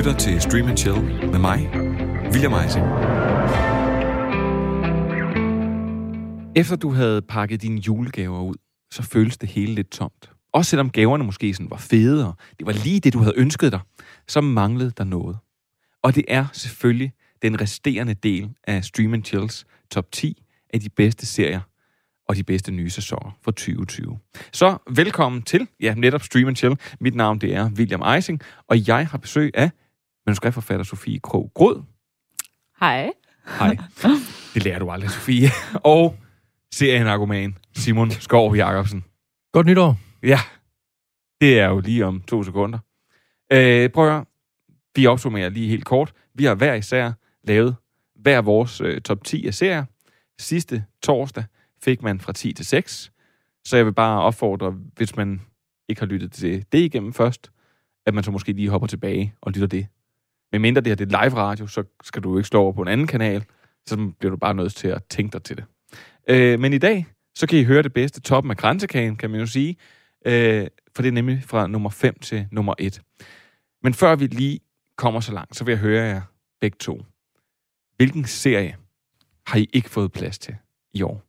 lytter til Stream & Chill med mig, William Eising. Efter du havde pakket dine julegaver ud, så føltes det hele lidt tomt. Også selvom gaverne måske sådan var fede, og det var lige det, du havde ønsket dig, så manglede der noget. Og det er selvfølgelig den resterende del af Stream & Chills top 10 af de bedste serier og de bedste nye sæsoner for 2020. Så velkommen til, netop Stream & Chill. Mit navn, det er William Eising, og jeg har besøg af manuskriptforfatter Sofie Krog Grod. Hej. Hej. Det lærer du aldrig, Sofie. Og serienarkoman Simon Skov Jacobsen. Godt nytår. Ja, det er jo lige om 2 sekunder. Prøv at høre. Vi opsummerer lige helt kort. Vi har hver især lavet hver vores top 10 af serier. Sidste torsdag fik man fra 10 til 6. Så jeg vil bare opfordre, hvis man ikke har lyttet til det igennem først, at man så måske lige hopper tilbage og lytter det. Men mindre det her det er live radio, så skal du ikke slå over på en anden kanal, så bliver du bare nødt til at tænke dig til det. Men i dag, så kan I høre det bedste toppen af kransekagen, kan man jo sige. For det er nemlig fra nummer 5 til nummer 1. Men før vi lige kommer så langt, så vil jeg høre jer begge to. Hvilken serie har I ikke fået plads til i år?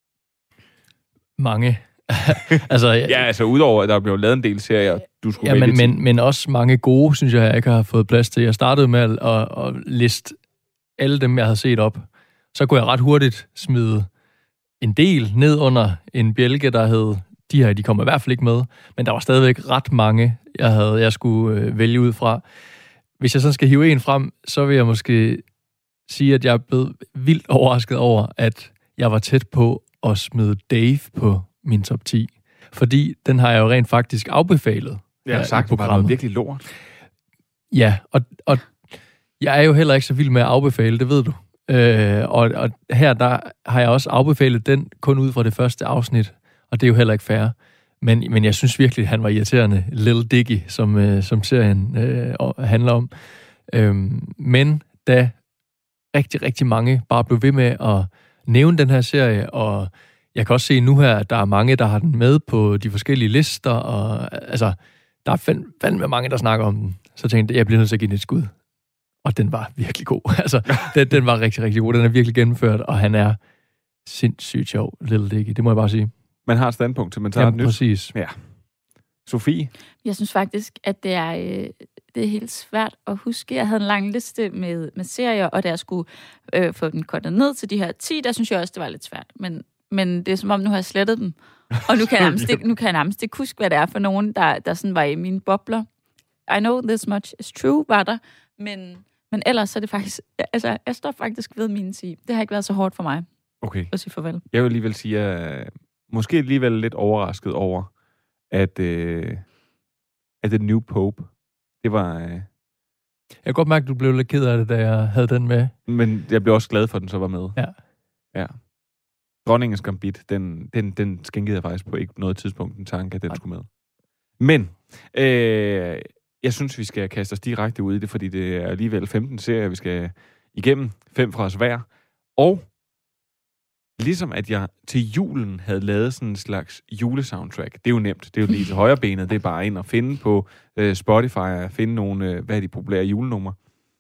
Mange. altså udover, at der blev lavet en del serier, du skulle vælge til. Men også mange gode, synes jeg ikke har fået plads til. Jeg startede med at liste alle dem, jeg havde set op. Så kunne jeg ret hurtigt smide en del ned under en bjælke, der hed, de kommer i hvert fald ikke med, men der var stadigvæk ret mange, jeg skulle vælge ud fra. Hvis jeg så skal hive en frem, så vil jeg måske sige, at jeg er blevet vildt overrasket over, at jeg var tæt på at smide Dave på min top 10. Fordi den har jeg jo rent faktisk afbefalet. Jeg har sagt, det var noget virkelig lort. Ja, og jeg er jo heller ikke så vild med at afbefale, det ved du. Og her der har jeg også afbefalet den kun ud fra det første afsnit, og det er jo heller ikke fair. Men jeg synes virkelig, at han var irriterende. Little Dicky, som serien handler om. Men da rigtig, rigtig mange bare blev ved med at nævne den her serie, og jeg kan også se nu her, at der er mange, der har den med på de forskellige lister, og altså, der er fandme mange, der snakker om den. Så tænkte jeg, jeg bliver nødt til at give den et skud. Og den var virkelig god. Altså, den var rigtig, rigtig god. Den er virkelig gennemført, og han er sindssygt sjov, Little Dicky. Det må jeg bare sige. Man har et standpunkt til, man tager et nyt. Præcis. Ja. Sofie? Jeg synes faktisk, at det er helt svært at huske. Jeg havde en lang liste med serier, og da jeg skulle få den kortet ned til de her 10, der synes jeg også, det var lidt svært. Men det er som om, nu har jeg slettet dem. Og nu kan jeg nærmest ikke huske, hvad det er for nogen, der sådan var i mine bobler. I know this much is true, var der. Men ellers så er det faktisk... Altså, jeg står faktisk ved mine 10. Det har ikke været så hårdt for mig. Okay. At sige farvel. Jeg vil alligevel sige, at måske alligevel lidt overrasket over, at The New Pope, det var... Jeg kan godt mærke, at du blev lidt ked af det, da jeg havde den med. Men jeg blev også glad for, at den så var med. Ja. Dronningens Gambit, den skænkede jeg faktisk på ikke noget tidspunkt en tanke, at den skulle med. Men jeg synes, vi skal kaste os direkte ud i det, fordi det er alligevel 15 serier, vi skal igennem. 5 fra os hver. Og ligesom at jeg til julen havde lavet sådan en slags julesoundtrack. Det er jo nemt. Det er jo lige til højre benet. Det er bare ind og finde på Spotify og finde nogle, hvad er de populære julenumre.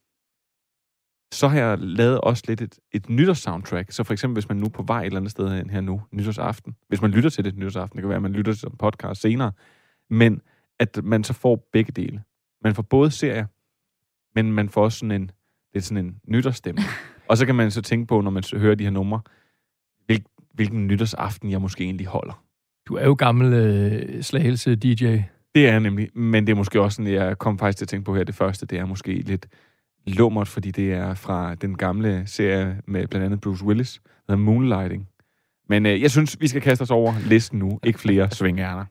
Så har jeg lavet også lidt et nytårssoundtrack. Så for eksempel, hvis man nu er på vej et eller andet sted her nu, nytårsaften. Hvis man lytter til det nytårsaften, det kan være, at man lytter til en podcast senere. Men at man så får begge dele. Man får både serier, men man får også sådan en nytårsstemme. Og så kan man så tænke på, når man hører de her numre, hvilken nytårsaften jeg måske egentlig holder. Du er jo gammel Slagelse DJ. Det er jeg nemlig, men det er måske også sådan, jeg kom faktisk til at tænke på her, det første, det er måske lidt lummert, fordi det er fra den gamle serie med blandt andet Bruce Willis, der hedder Moonlighting. Men jeg synes, vi skal kaste os over listen nu, ikke flere svingærner.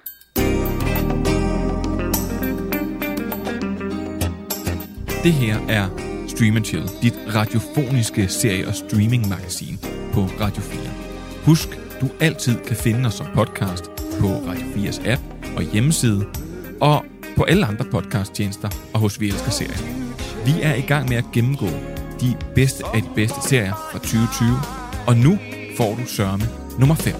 Det her er Stream & Chill, dit radiofoniske serie- og streaming-magasin på Radio 4. Husk, du altid kan finde os som podcast på Radio 4's app og hjemmeside, og på alle andre podcasttjenester og hos Vi Elsker Serier. Vi er i gang med at gennemgå de bedste af de bedste serier fra 2020, og nu får du sørme nummer 5.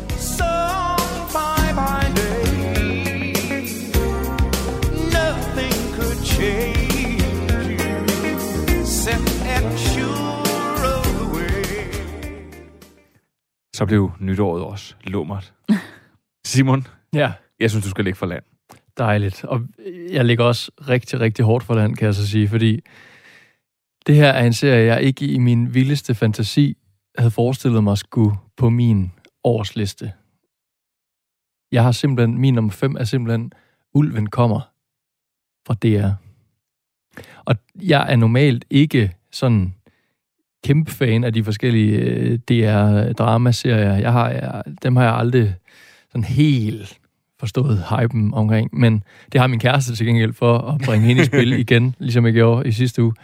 Så blev nytåret også lummert. Simon, Ja, jeg synes, du skal ligge for land. dejligt. Og jeg ligger også rigtig, rigtig hårdt for land, kan jeg så sige, fordi det her er en serie, jeg ikke i min vildeste fantasi havde forestillet mig skulle på min årsliste. Jeg har simpelthen, min nummer 5 er simpelthen Ulven kommer fra DR. Og jeg er normalt ikke sådan kæmpe fan af de forskellige DR-dramaserier. Dem har jeg aldrig sådan helt forstået hypen omkring, men det har min kæreste til gengæld for at bringe hende i spil igen, ligesom jeg gjorde i sidste uge.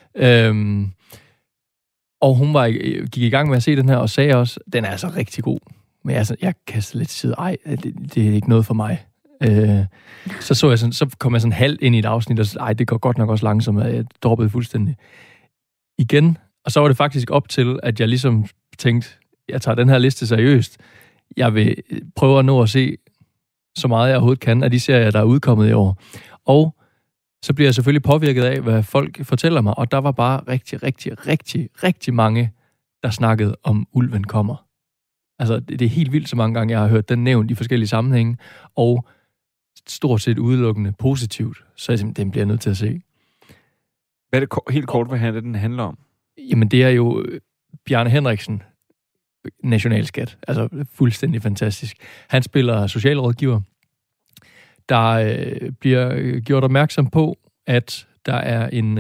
Og hun gik i gang med at se den her, og sagde også, den er altså rigtig god. Men jeg kastede lidt side, det er ikke noget for mig. Så kom jeg sådan halvt ind i et afsnit, og sagde, det går godt nok også langsomt, og jeg droppede fuldstændig igen. Og så var det faktisk op til, at jeg ligesom tænkte, jeg tager den her liste seriøst. Jeg vil prøve at nå at se så meget jeg overhovedet kan af de serier, der er udkommet i år. Og så bliver jeg selvfølgelig påvirket af, hvad folk fortæller mig, og der var bare rigtig mange, der snakkede om Ulven kommer. Altså, det er helt vildt så mange gange, jeg har hørt den nævnt i forskellige sammenhænge, og stort set udelukkende positivt, så jeg simpelthen, den bliver jeg nødt til at se. Hvad er det helt kort, hvad den handler om? Jamen, det er jo Bjarne Henriksen, nationalskat. Altså, fuldstændig fantastisk. Han spiller socialrådgiver, der bliver gjort opmærksom på, at der er en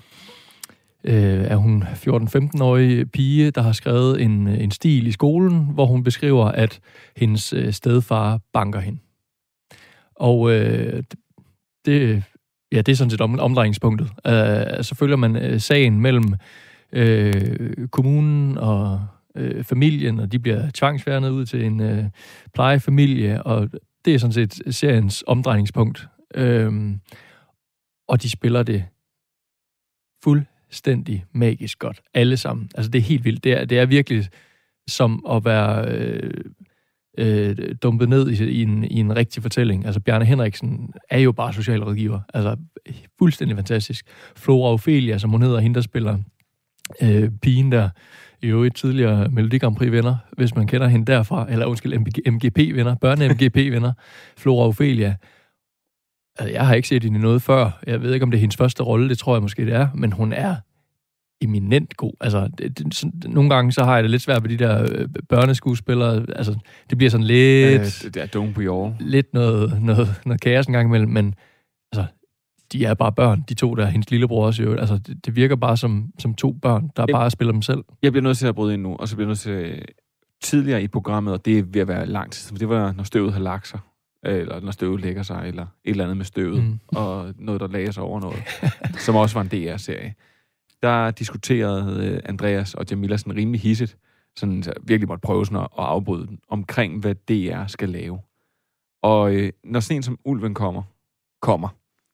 er hun 14-15-årig pige, der har skrevet en stil i skolen, hvor hun beskriver, at hendes stedfar banker hende. Og det er sådan set omdrejningspunktet. Så følger man sagen mellem kommunen og familien, og de bliver tvangsfjernet ud til en plejefamilie, og det er sådan set seriens omdrejningspunkt. Og de spiller det fuldstændig magisk godt. Alle sammen. Altså, det er helt vildt. Det er virkelig som at være dumpet ned i en rigtig fortælling. Altså, Bjarne Henriksen er jo bare socialrådgiver. Altså, fuldstændig fantastisk. Flora Ophelia, som hun hedder, hende, der spiller pigen der, i øvrigt tidligere Melodi Grand Prix-vinder, hvis man kender hende derfra, eller MGP-vinder, børne-MGP-vinder, Flora Ophelia. Altså, jeg har ikke set hende i noget før. Jeg ved ikke, om det er hendes første rolle, det tror jeg måske, det er, men hun er eminent god. Altså, nogle gange så har jeg det lidt svært ved de der børneskuespillere. Altså, det bliver sådan lidt... det er dumme på jord. Lidt noget kaos en gang imellem, men altså, de er bare børn, de to der, hendes lillebror også i øvrigt. Altså, det virker bare som to børn, der bare spiller dem selv. Jeg bliver nødt til at bryde ind nu, og så bliver jeg nødt til tidligere i programmet, og det er ved at være langt. Det var, når støvet har lagt sig, eller når støvet lægger sig, eller et eller andet med støvet, og noget, der lagde sig over noget, som også var en DR-serie. Der diskuterede Andreas og Jamila sådan rimelig hissigt, sådan så virkelig måtte prøve sådan at afbryde den, omkring hvad DR skal lave. Og når sådan en som Ulven kommer,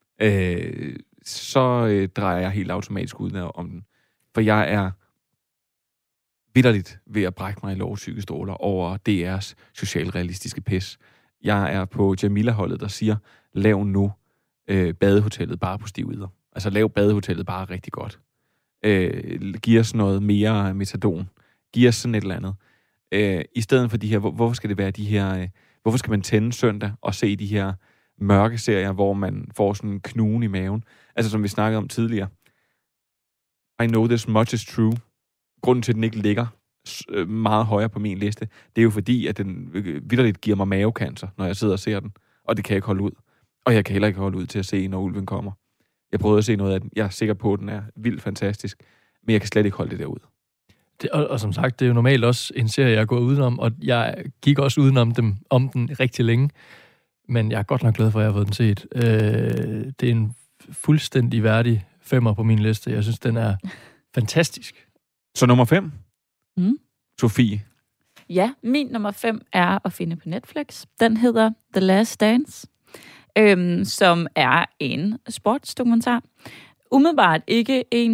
så drejer jeg helt automatisk ud om den. For jeg er vitterligt ved at brække mig i lovsykestoler over DR's socialrealistiske pis. Jeg er på Jamila-holdet, der siger, lav nu badehotellet bare på stiv yder. Altså lav badehotellet bare rigtig godt. Giv os noget mere metadon. Giv os sådan et eller andet. I stedet for de her, hvorfor skal det være de her, hvorfor skal man tænde søndag og se de her mørke serier, hvor man får sådan en knugen i maven. Altså, som vi snakkede om tidligere. I know this much is true. Grunden til, at den ikke ligger meget højere på min liste, det er jo fordi, at den vitterligt giver mig mavecancer, når jeg sidder og ser den. Og det kan jeg ikke holde ud. Og jeg kan heller ikke holde ud til at se, når Ulven kommer. Jeg prøvede at se noget af den. Jeg er sikker på, at den er vildt fantastisk. Men jeg kan slet ikke holde det derud. Og som sagt, det er jo normalt også en serie, jeg går udenom, og jeg gik også udenom om den rigtig længe. Men jeg er godt nok glad for, at jeg har fået den set. Det er en fuldstændig værdig 5'er på min liste. Jeg synes, den er fantastisk. Så nummer 5? Sofie? Ja, min nummer 5 er at finde på Netflix. Den hedder The Last Dance, som er en sportsdokumentar. Umiddelbart ikke en,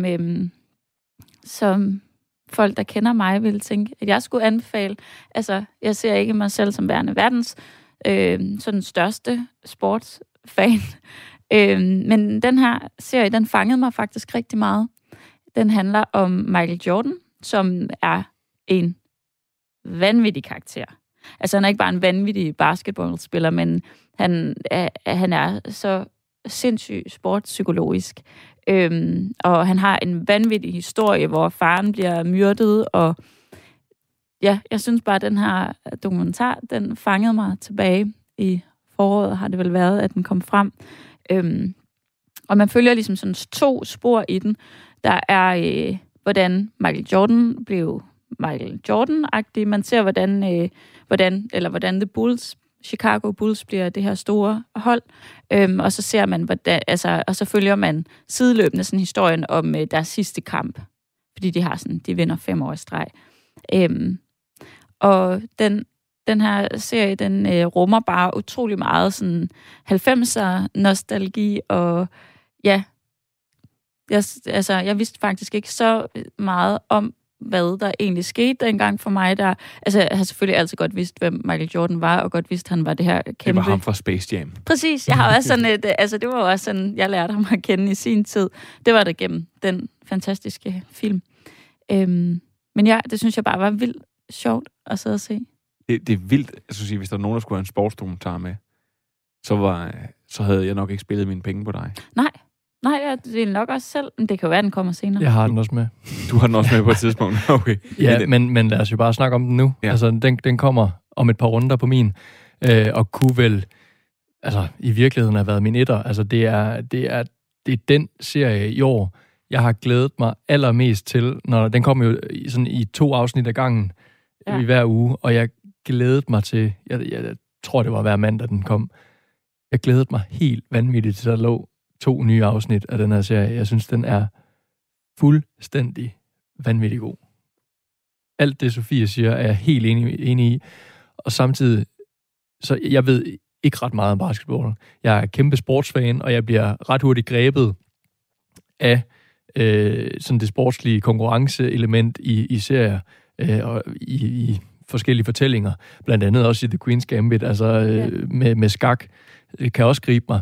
som folk, der kender mig, ville tænke, at jeg skulle anbefale. Altså, jeg ser ikke mig selv som værende verdens sådan største sportsfan. Men den her serie, den fangede mig faktisk rigtig meget. Den handler om Michael Jordan, som er en vanvittig karakter. Altså, han er ikke bare en vanvittig basketballspiller, men han er så sindssygt sportspsykologisk. Og han har en vanvittig historie, hvor faren bliver myrdet, og ja, jeg synes bare, at den her dokumentar, den fangede mig tilbage i foråret, har det vel været, at den kom frem. Og man følger ligesom sådan 2 spor i den. Der er, hvordan Michael Jordan blev Michael Jordan-agtig. Man ser, hvordan The Bulls, Chicago Bulls, bliver det her store hold. Og så ser man, og så følger man sideløbende sådan historien om deres sidste kamp. Fordi de vinder 5 år i streg. Og den her serie, den rummer bare utrolig meget sådan 90'er nostalgi, og ja, jeg vidste faktisk ikke så meget om, hvad der egentlig skete dengang for mig. Jeg har selvfølgelig altid godt vidst, hvem Michael Jordan var, og godt vidst, han var det her kæmpe... Det var ham fra Space Jam. Præcis. Jeg har også sådan det var også sådan, jeg lærte ham at kende i sin tid. Det var det gennem den fantastiske film. Men ja, det synes jeg bare var vildt sjovt at sidde og se. Det er vildt. Jeg synes, hvis der var nogen, der skulle have en sportsdokumentar med, så havde jeg nok ikke spillet mine penge på dig. Nej, det er nok også selv, men det kan jo være, den kommer senere. Jeg har den også med. Du har den også med på et tidspunkt? Okay. Ja, men lad os jo bare snakke om den nu. Ja. Altså, den kommer om et par runder på min, og kunne vel, altså, i virkeligheden have været min etter. Altså, det er den serie i år, jeg har glædet mig allermest til, når den kommer jo sådan i 2 afsnit ad gangen i hver uge, og jeg glædede mig til, jeg tror, det var hver mandag, den kom. Jeg glædede mig helt vanvittigt til, at der lå 2 nye afsnit af den her serie. Jeg synes, den er fuldstændig vanvittig god. Alt det, Sofie siger, er jeg helt enig i. Og samtidig, så jeg ved ikke ret meget om basketball. Jeg er kæmpe sportsfan, og jeg bliver ret hurtigt grebet af sådan det sportslige konkurrenceelement i serier og i forskellige fortællinger. Blandt andet også i The Queen's Gambit, med skak, kan også gribe mig.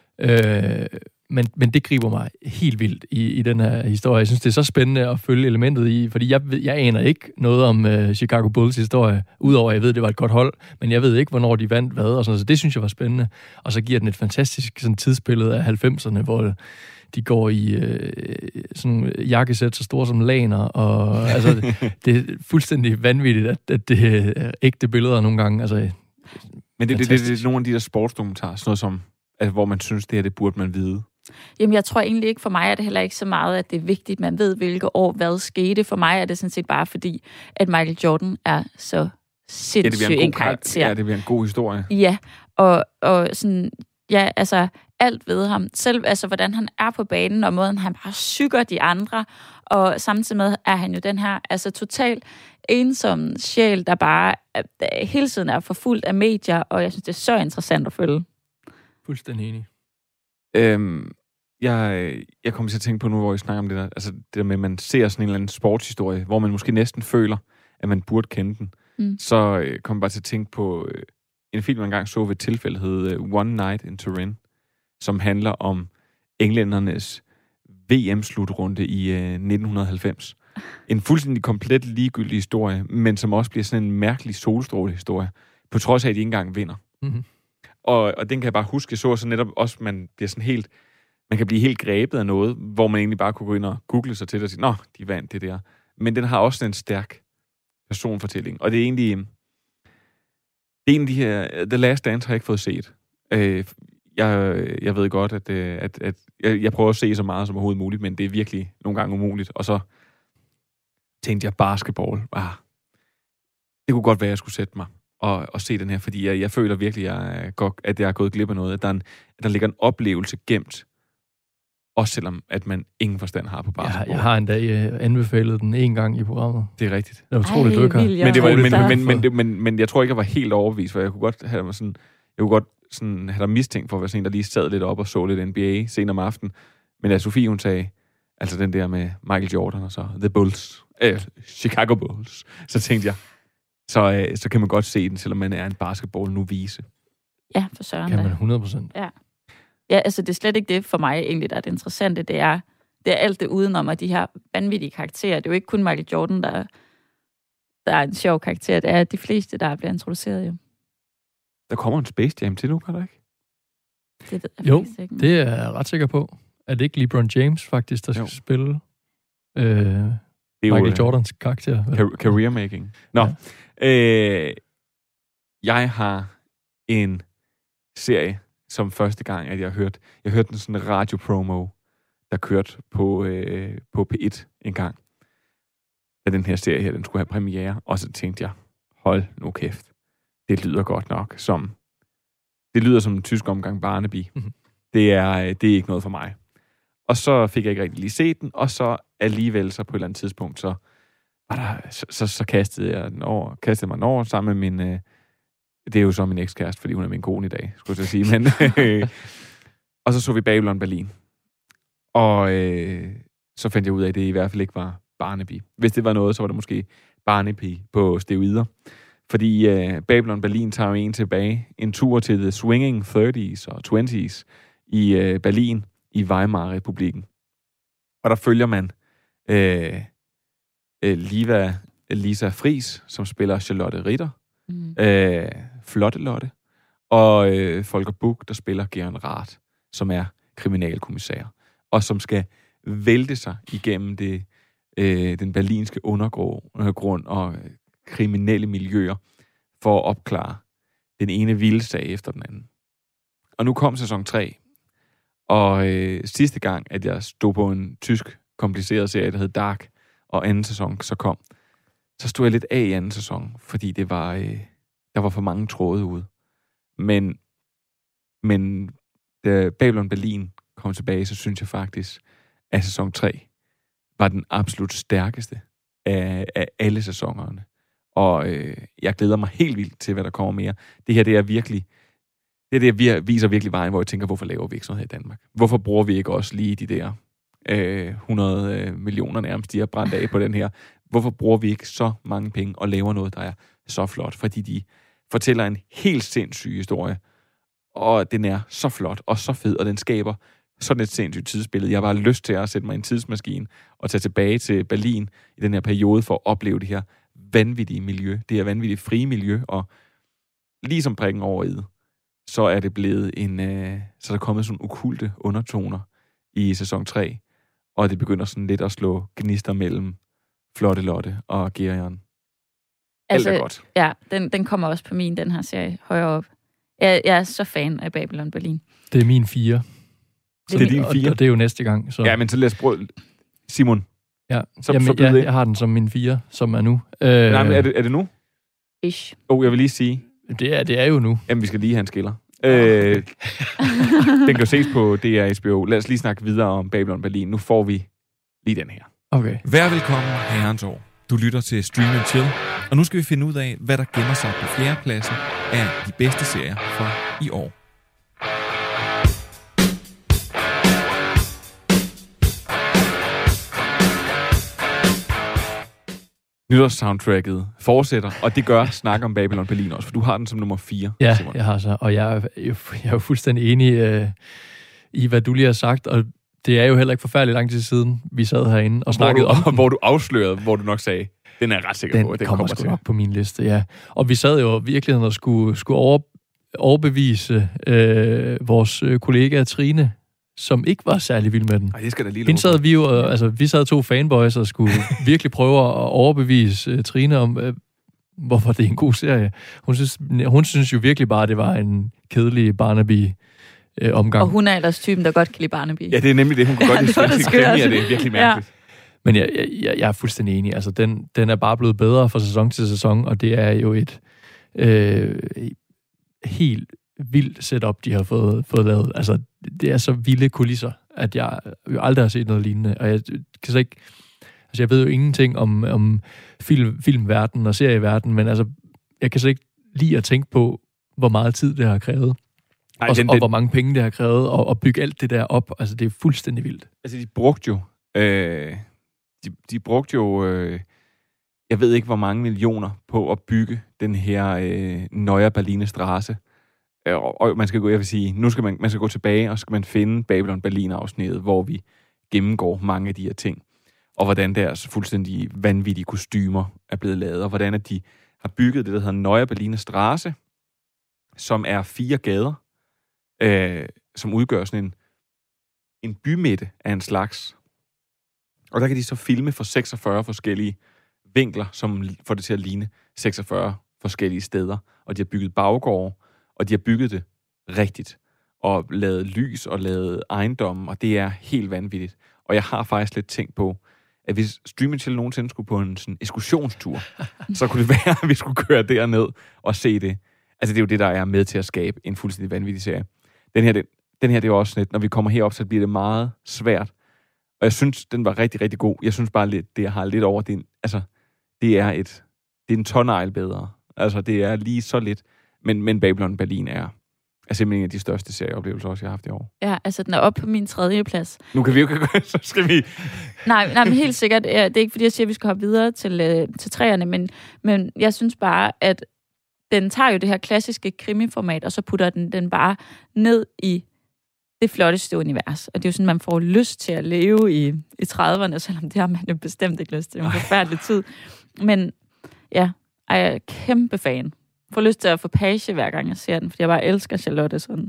Men det griber mig helt vildt i den her historie. Jeg synes, det er så spændende at følge elementet i, fordi jeg aner ikke noget om Chicago Bulls historie, udover at jeg ved, det var et godt hold, men jeg ved ikke, hvornår de vandt hvad, og sådan, så det synes jeg var spændende. Og så giver den et fantastisk sådan, tidsbillede af 90'erne, hvor de går i sådan jakkesæt så store som laner, og altså, det er fuldstændig vanvittigt, at det er ægte billeder nogle gange. Altså, men det er nogle af de der sportsdokumentarer, sådan noget som, altså, hvor man synes, det burde man vide. Jamen, jeg tror egentlig ikke, for mig er det heller ikke så meget, at det er vigtigt, man ved, hvilke år hvad skete. For mig er det sådan set bare fordi, at Michael Jordan er så sindssygt en karakter. Ja, det bliver en god historie. Ja, og sådan, ja, altså, alt ved ham. Selv, altså, hvordan han er på banen, og måden, han bare syger de andre, og samtidig med er han jo den her, altså, totalt ensom sjæl, der bare hele tiden er forfulgt af medier, og jeg synes, det er så interessant at følge. Fuldstændig enig. Jeg kommer til at tænke på nu, hvor I snakker om det der, altså det der med, at man ser sådan en eller anden sportshistorie, hvor man måske næsten føler, at man burde kende den. Så kommer jeg bare til at tænke på en film, man engang så ved tilfælde, hed One Night in Turin, som handler om englændernes VM-slutrunde i 1990. En fuldstændig komplet ligegyldig historie, men som også bliver sådan en mærkelig solstrålehistorie, på trods af, at de ikke engang vinder. Mm-hmm. Og den kan jeg bare huske, så netop også, man bliver sådan helt, man kan blive helt grebet af noget, hvor man egentlig bare kunne gå ind og google sig til det og sige, nå, de vandt det der. Men den har også en stærk personfortælling. Og det er egentlig, en af de her, The Last Dance har jeg ikke fået set. Jeg ved godt, at jeg prøver at se så meget som overhovedet muligt, men det er virkelig nogle gange umuligt. Og så tænkte jeg, basketball, det kunne godt være, at jeg skulle sætte mig og se den her, fordi jeg føler virkelig, at jeg er gået glip af noget, at der ligger en oplevelse gemt, også selvom at man ingen forstand har på basketball. Jeg har endda anbefalet den en gang i programmet. Det er rigtigt. Det er utroligt, du ikke har. Men jeg tror ikke, jeg var helt overbevist, for jeg kunne godt have have dig mistænkt for at være sådan en, der lige sad lidt op og så lidt NBA senere om aftenen. Men da Sofie, hun sagde, altså den der med Michael Jordan og så The Bulls, Chicago Bulls, så tænkte jeg, så kan man godt se den, selvom man er en basketball-novise. Ja, for søren. Kan man 100%. Ja, altså det er slet ikke det for mig egentlig, der er det interessante. Det er alt det udenom, og de her vanvittige karakterer. Det er jo ikke kun Michael Jordan, der er en sjov karakter. Det er de fleste, der bliver introduceret, jo. Der kommer en Space Jam til nu, kan der ikke? Det ved jeg Jo, faktisk ikke. det er jeg ret sikker på. Er det ikke LeBron James, faktisk, der skal spille Michael Jordans karakter? Career making. Nå. Ja. Jeg har en serie, som første gang, at jeg hørte en sådan radiopromo, der kørte på P1 en gang. Da den her serie her, den skulle have premiere. Og så tænkte jeg, hold nu kæft. Det lyder godt nok det lyder som en tysk omgang Barnaby. Mm-hmm. Det er ikke noget for mig. Og så fik jeg ikke rigtig lige set den, og så alligevel så på et eller andet tidspunkt, så kastede jeg mig over sammen med min... det er jo så min ekskæreste, fordi hun er min kone i dag, skulle jeg sige. Men, og så vi Babylon Berlin. Og så fandt jeg ud af, at det i hvert fald ikke var Barnaby. Hvis det var noget, så var det måske Barnaby på steroider. Fordi Babylon Berlin tager jo en tilbage. En tur til the swinging 30s og 20s i Berlin i Weimar-republikken. Og der følger man Lisa Friis, som spiller Charlotte Ritter. Flotte Lotte. Og Volker Buch, der spiller Geron Rath, som er kriminalkommissær. Og som skal vælte sig igennem den berlinske undergrund og kriminelle miljøer for at opklare den ene vilde sag efter den anden. Og nu kom sæson 3, og sidste gang, at jeg stod på en tysk kompliceret serie, der hed Dark, og anden sæson så kom, så stod jeg lidt af i anden sæson, fordi det var, der var for mange tråde ude. Men da Babylon Berlin kom tilbage, så synes jeg faktisk, at sæson 3 var den absolut stærkeste af alle sæsonerne. Og jeg glæder mig helt vildt til, hvad der kommer mere. Det her, det viser virkelig vejen, hvor jeg tænker, hvorfor laver vi ikke sådan her i Danmark? Hvorfor bruger vi ikke også lige de der 100 millioner nærmest, de har brændt af på den her? Hvorfor bruger vi ikke så mange penge og laver noget, der er så flot? Fordi de fortæller en helt sindssyg historie, og den er så flot og så fed, og den skaber sådan et sindssygt tidsbillede. Jeg har bare lyst til at sætte mig i en tidsmaskine og tage tilbage til Berlin i den her periode for at opleve det her vanvittige miljø, det her vanvittige frie miljø, og ligesom prikken over i, så er det blevet så er der kommet sådan okulte undertoner i sæson 3, og det begynder sådan lidt at slå gnister mellem Flotte Lotte og Geron. Alt er godt. Ja, den kommer også på den her serie højere op. Jeg er så fan af Babylon Berlin. Det er min 4. Det er din 4? Og det er jo næste gang. Så. Ja, men så lad os prøve. Simon. Ja, jeg har den som min 4, som er nu. Nej, men er det nu? Ish. Jeg vil lige sige. Det er jo nu. Jamen, vi skal lige have en skiller. Den kan jo ses på DR HBO. Lad os lige snakke videre om Babylon Berlin. Nu får vi lige den her. Okay. Vær velkommen, herrens år. Du lytter til Stream & Chill, og nu skal vi finde ud af, hvad der gemmer sig på 4. pladsen af de bedste serier fra i år. Nytårssoundtracket fortsætter, og det gør Snak om Babylon Berlin også, for du har den som nummer 4. Ja, Simon. Jeg har så, og jeg er jo fuldstændig enig i, hvad du lige har sagt, og det er jo heller ikke forfærdeligt lang tid siden, vi sad herinde og snakkede om den. Hvor du afslørede, hvor du nok sagde, den er ret sikker på, at den kommer sgu nok på min liste, ja. Og vi sad jo virkelig og skulle overbevise vores kollega Trine, som ikke var særlig vild med den. Ej, det skal da lige Hende sad vi jo, vi sad 2 fanboys og skulle virkelig prøve at overbevise Trine om, hvorfor det er en god serie. Hun synes jo virkelig bare, at det var en kedelig Barnaby-omgang. Og hun er ellers typen, der godt kan lide Barnaby. Ja, det er nemlig det. Hun kan godt lide svenske krimier, det er virkelig mærkeligt. Ja. Men jeg er fuldstændig enig. Altså, den er bare blevet bedre fra sæson til sæson, og det er jo et helt vildt setup, de har fået lavet. Altså, det er så vilde kulisser, at jeg jo aldrig har set noget lignende. Og jeg kan så ikke... Altså, jeg ved jo ingenting om filmverdenen og serieverdenen, men altså, jeg kan så ikke lide at tænke på, hvor meget tid det har krævet. Nej, og hvor mange penge det har krævet at bygge alt det der op. Altså, det er fuldstændig vildt. Altså, de brugte jo... jeg ved ikke, hvor mange millioner på at bygge den her Neue Berliner Straße. Og man skal gå, jeg vil sige, nu skal man skal gå tilbage, og skal man finde Babylon Berlin-afsnittet, hvor vi gennemgår mange af de her ting. og hvordan deres fuldstændig vanvittige kostymer er blevet lavet, og hvordan at de har bygget det, der hedder Neue Berliner Straße, som er 4 gader, som udgør sådan en bymidte af en slags. Og der kan de så filme for 46 forskellige vinkler, som får det til at ligne 46 forskellige steder. Og de har bygget baggårde, og de har bygget det rigtigt. Og lavet lys og lavet ejendomme, og det er helt vanvittigt. Og jeg har faktisk lidt tænkt på, at hvis Stream & Chill nogensinde skulle på en sådan ekskursionstur, så kunne det være, at vi skulle køre derned og se det. Altså det er jo det, der er med til at skabe en fuldstændig vanvittig serie. Den her, det er jo også lidt, når vi kommer herop, så bliver det meget svært. Og jeg synes, den var rigtig, rigtig god. Jeg synes bare lidt, det jeg har lidt over, det er en tonnejl bedre. Altså det er lige så lidt. Men Babylon Berlin er simpelthen en af de største serieoplevelser, også jeg har haft i år. Ja, altså den er oppe på min 3. plads. Nu kan vi jo ikke, så skal vi... Nej, men helt sikkert. Det er ikke, fordi jeg siger, at vi skal hoppe videre til træerne, men jeg synes bare, at den tager jo det her klassiske krimiformat, og så putter den bare ned i det flotteste univers. Og det er jo sådan, man får lyst til at leve i 30'erne, selvom det har man jo bestemt ikke lyst til. Det er en forfærdelig tid. Men ja, jeg er kæmpe fan. Får lyst til at få page hver gang jeg ser den, fordi jeg bare elsker Charlotte sådan.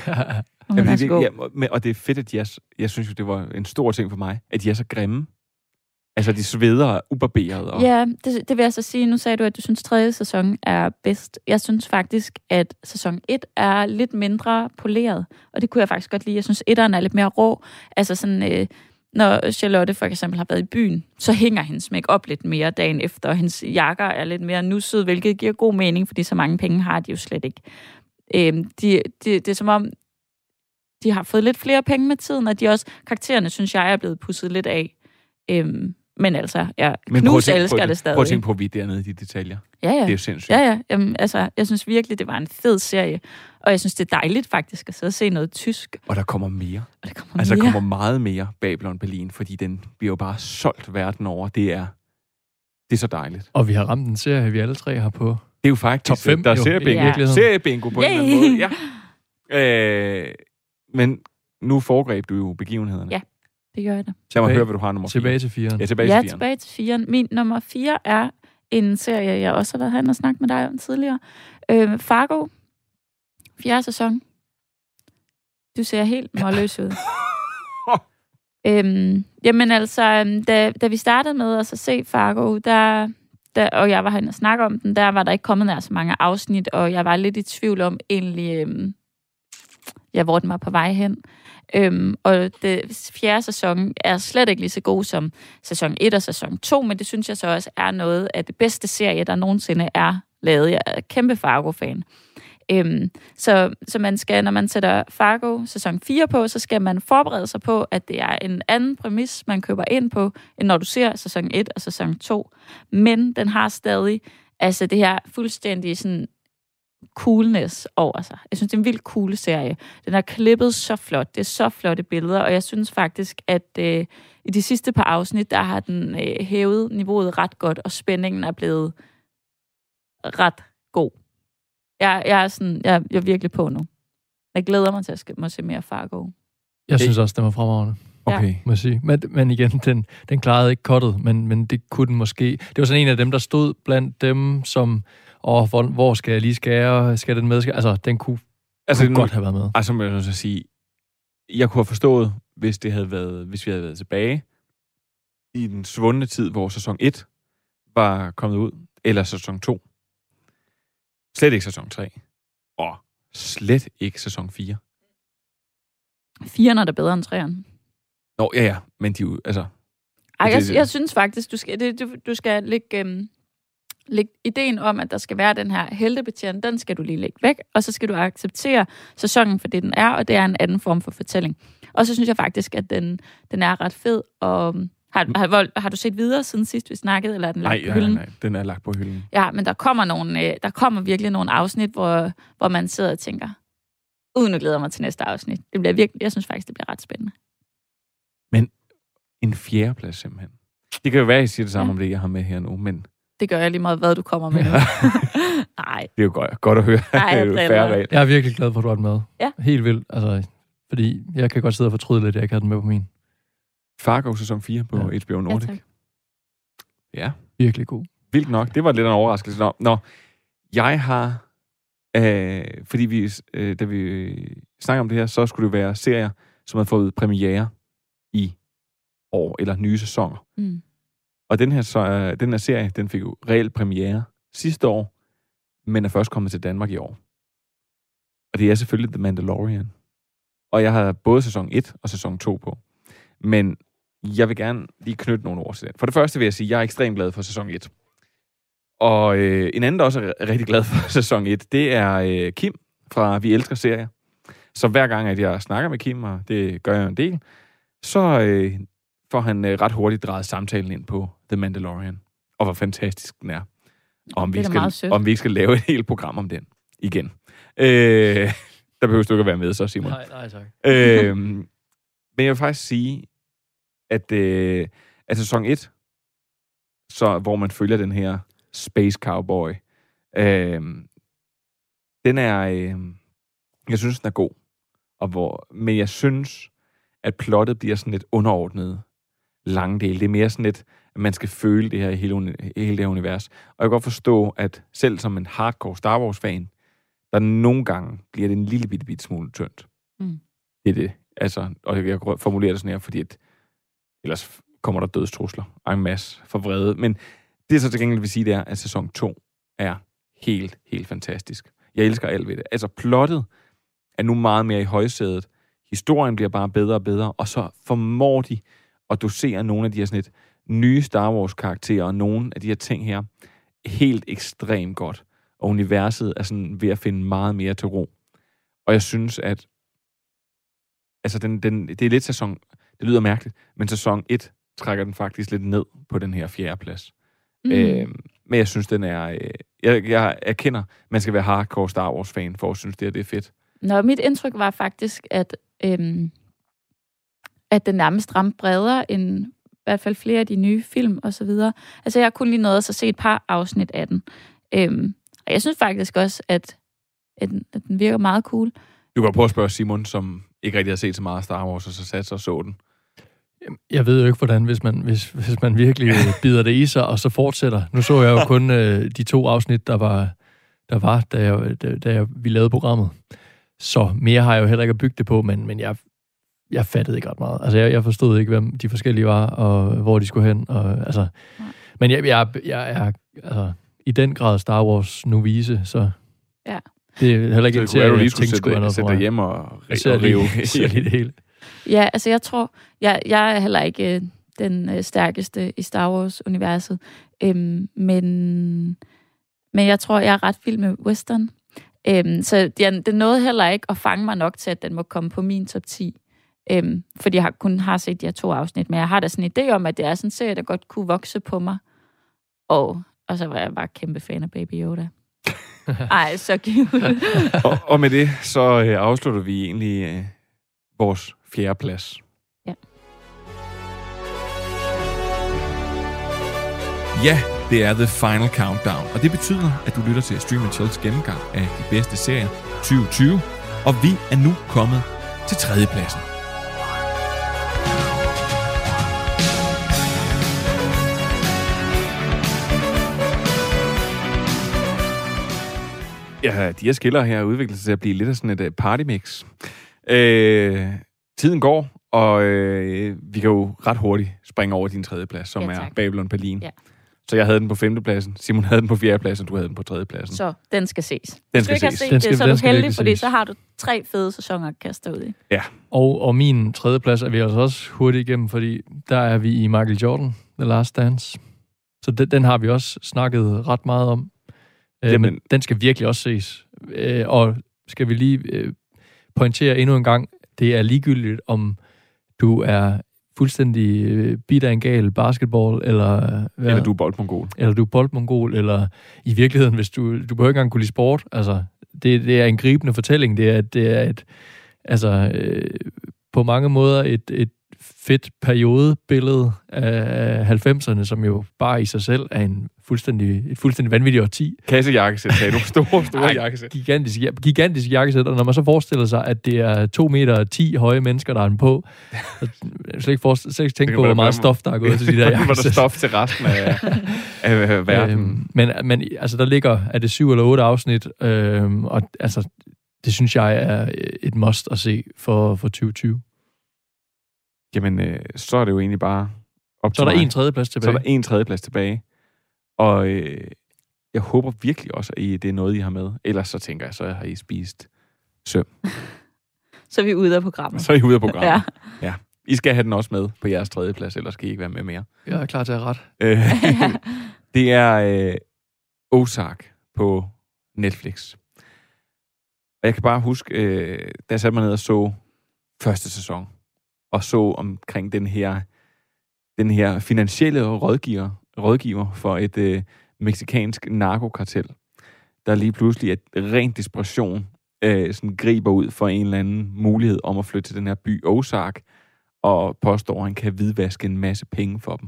Og det er fedt, at jeg synes jo, det var en stor ting for mig, at de er så grimme. Altså, de sveder og ubarberet. Og... Ja, det vil jeg så sige. Nu sagde du, at du synes, 3. sæson er bedst. Jeg synes faktisk, at sæson 1 er lidt mindre poleret, og det kunne jeg faktisk godt lide. Jeg synes, 1'eren er lidt mere rå. Altså sådan, når Charlotte for eksempel har været i byen, så hænger hendes make-up lidt mere dagen efter, og hendes jakker er lidt mere nusset, hvilket giver god mening, fordi så mange penge har de jo slet ikke. Det er som om, de har fået lidt flere penge med tiden, og karaktererne, synes jeg, er blevet pudset lidt af. Men altså, jeg elsker det stadig. Prøv at tænke på, at vi er dernede i de detaljer. Ja. Det er jo sindssygt. Ja. Altså, jeg synes virkelig, det var en fed serie. Og jeg synes, det er dejligt faktisk at sidde og se noget tysk. Og der kommer mere. Der kommer meget mere Babylon Berlin, fordi den bliver jo bare solgt verden over. Det er så dejligt. Og vi har ramt en serie, vi alle 3 har på. Det er jo faktisk top 5. Der er seriebingo på en eller anden måde. Ja. Men nu foregreb du jo begivenhederne. Ja. Det gør jeg da. Så jeg må høre, hvad du har nummer 4. Tilbage til 4'eren. Ja, tilbage til 4'eren. Min nummer 4 er en serie, jeg også har været hen og snakket med dig om tidligere. Fargo. 4. sæson. Du ser helt målløs ud. Jamen altså, da vi startede med at se Fargo, og jeg var hen og snakke om den, der var der ikke kommet nær så mange afsnit, og jeg var lidt i tvivl om egentlig, hvor den var på vej hen. Og det 4. sæson er slet ikke lige så god som sæson 1 og sæson 2, men det synes jeg så også er noget af det bedste serie, der nogensinde er lavet. Jeg er kæmpe Fargo-fan. Så man skal, når man sætter Fargo sæson 4 på, så skal man forberede sig på, at det er en anden præmis, man køber ind på, end når du ser sæson 1 og sæson 2. Men den har stadig altså det her fuldstændig sådan coolness over sig. Jeg synes, det er en vildt cool serie. Den er klippet så flot. Det er så flotte billeder, og jeg synes faktisk, at i de sidste par afsnit, der har den hævet niveauet ret godt, og spændingen er blevet ret god. Jeg er virkelig på nu. Jeg glæder mig til at se mere Fargo. Jeg synes også, den var fremragende. Okay. Må jeg sige. Men igen, den klarede ikke cuttet, men det kunne den måske. Det var sådan en af dem, der stod blandt dem, som hvor skal jeg lige skære? Skal den med? Altså, den kunne godt have været med. Altså, må jeg så sige, jeg kunne have forstået, hvis vi havde været tilbage i den svundne tid, hvor sæson 1 var kommet ud, eller sæson 2. Slet ikke sæson 3. Og slet ikke sæson 4. 4'eren er da bedre end 3'eren. Nå, ja, men de jo, altså... Jeg synes faktisk, du skal lægge ideen om, at der skal være den her heltebetjent, den skal du lige lægge væk, og så skal du acceptere sæsonen for det, den er, og det er en anden form for fortælling. Og så synes jeg faktisk, at den er ret fed, og har du set videre siden sidst, vi snakkede, eller er den lagt på hylden? Nej, den er lagt på hylden. Ja, men der kommer virkelig nogle afsnit, hvor man sidder og tænker, nu glæder mig til næste afsnit. Jeg synes faktisk, det bliver ret spændende. Men en 4. plads simpelthen. Det kan jo være, at I siger det samme om det, jeg har med her nu, men... Det gør jeg lige meget, hvad du kommer med nu. Nej. Det er jo godt at høre. Nej, jeg er virkelig glad for, at du har den med. Ja. Helt vildt. Altså, fordi jeg kan godt sidde og fortryde lidt, at jeg ikke havde den med på min. Fargo sæson 4 på HBO Nordic. Ja. Virkelig god. Vildt nok. Det var lidt en overraskelse. Nå, jeg har... fordi da vi snakker om det her, så skulle det være serier, som har fået premiere i år, eller nye sæsoner. Mm. Og den her serie, den fik jo reelt premiere sidste år, men er først kommet til Danmark i år. Og det er selvfølgelig The Mandalorian. Og jeg har både sæson 1 og sæson 2 på. Men jeg vil gerne lige knytte nogle ord til den. For det første vil jeg sige, at jeg er ekstremt glad for sæson 1. Og en anden, der også er rigtig glad for sæson 1, det er Kim fra Vi Elsker Serier. Så hver gang, at jeg snakker med Kim, og det gør jeg en del, så får han ret hurtigt drejet samtalen ind på The Mandalorian. Og hvor fantastisk den er. Og om vi ikke skal lave et helt program om den igen. Der behøver du ikke at være med, så Simon. Nej, tak. Men jeg vil faktisk sige, at sæson 1, så, hvor man følger den her Space Cowboy, den er... jeg synes, den er god. Men jeg synes, at plottet bliver sådan lidt underordnet lange del. Det er mere sådan lidt, at man skal føle det her i hele det her univers. Og jeg kan godt forstå, at selv som en hardcore Star Wars-fan, der nogle gange bliver det en lille bitte smule tyndt. Mm. Det er det. Altså, og jeg formulerer det sådan her, fordi at ellers kommer der dødstrusler og en masse for vrede. Men det så til gengæld vil sige, det er, at sæson 2 er helt, helt fantastisk. Jeg elsker alt ved det. Altså, plottet er nu meget mere i højsædet. Historien bliver bare bedre og bedre, og så formår de at dosere nogle af de her sådan et nye Star Wars-karakterer, og nogle af de her ting her helt ekstremt godt. Og universet er sådan ved at finde meget mere til ro. Og jeg synes, at altså det er lidt sæson... Det lyder mærkeligt, men sæson 1 trækker den faktisk lidt ned på den her 4. plads. Mm. Men jeg synes, den er... Jeg erkender, man skal være hardcore Star Wars-fan, for at synes, det er fedt. Nå, mit indtryk var faktisk, at den nærmest ramte bredere end i hvert fald flere af de nye film og så videre. Altså, jeg har kun lige nået at se et par afsnit af den. Og jeg synes faktisk også, at den virker meget cool. Du kan prøve at spørge Simon, som ikke rigtig har set så meget Star Wars, og så satte sig og så den. Jeg ved jo ikke, hvordan, hvis man virkelig bider det i sig, og så fortsætter. Nu så jeg jo kun de 2 afsnit, der var da vi lavede programmet. Så mere har jeg jo heller ikke at bygge det på, men jeg fattede ikke ret meget. Altså, jeg forstod ikke, hvem de forskellige var, og hvor de skulle hen. Og, altså, men jeg er altså, i den grad Star Wars novise, så ja. Det er heller ikke en serie, jeg tænkte skulle være noget for mig. Sætte hjem og rive det hele. Ja, altså jeg tror, jeg er heller ikke den stærkeste i Star Wars-universet, men jeg tror, jeg er ret vild med western. Så det nåede heller ikke at fange mig nok til, at den må komme på min top 10. Fordi jeg kun har set de her 2 afsnit, men jeg har da sådan en idé om, at det er sådan en serie, der godt kunne vokse på mig. Og så var jeg bare kæmpe fan af Baby Yoda. Ej, så cute. og med det, så afslutter vi egentlig vores 4. plads. Ja. Ja, det er The Final Countdown, og det betyder, at du lytter til Stream & Chills gennemgang af de bedste serier 2020, og vi er nu kommet til 3. pladsen. Ja, de her skiller her udvikler sig til at blive lidt af sådan et partymix. Tiden går, og vi kan jo ret hurtigt springe over din 3. plads, som er Babylon Berlin. Ja. Så jeg havde den på 5. pladsen, Simon havde den på 4. pladsen, du havde den på 3. pladsen. Så den skal ses. Den skal ses. Så er du heldig, fordi så har du 3 fede sæsoner at kaste ud i. Ja. Og min 3. plads er vi også hurtigt igennem, fordi der er vi i Michael Jordan, The Last Dance. Så den har vi også snakket ret meget om. Men den skal virkelig også ses. Og skal vi lige pointere endnu en gang, det er ligegyldigt, om du er fuldstændig bit af en gal basketball, eller du er boldmongol. Eller du er boldmongol, eller i virkeligheden, hvis du behøver ikke engang kunne lide sport. Altså, det er en gribende fortælling. Det er på mange måder et fedt periodebillede af 90'erne, som jo bare i sig selv er et fuldstændig vanvittigt årti. Kassejakkesæt, sagde du. Store jakkesæt. Gigantisk jakkesæt, og når man så forestiller sig, at det er 2,10 meter høje mennesker, der er den på, så slet ikke tænke på, hvor meget stof, der er gået til de der jakkesæt. Var der stof til resten af verden? Men altså, der ligger, er det 7 eller 8 afsnit, og altså, det synes jeg er et must at se for 2020. Jamen, så er det jo egentlig bare op så er der en tredjeplads tilbage. Så er der en tredjeplads tilbage. Og jeg håber virkelig også, at det er noget, I har med. Ellers så tænker jeg, så har I spist søm. Så er vi ude af programmet. Så er I ude af programmet. Ja. I skal have den også med på jeres tredjeplads, ellers skal I ikke være med mere. Jeg er klar til at have ret. Det er Ozark på Netflix. Og jeg kan bare huske, da jeg satte mig ned og så første sæson, og så omkring den her finansielle rådgiver for et mexikansk narkokartel, der lige pludselig af ren desperation sådan griber ud for en eller anden mulighed om at flytte til den her by Ozark, og påstår, at han kan hvidvaske en masse penge for dem.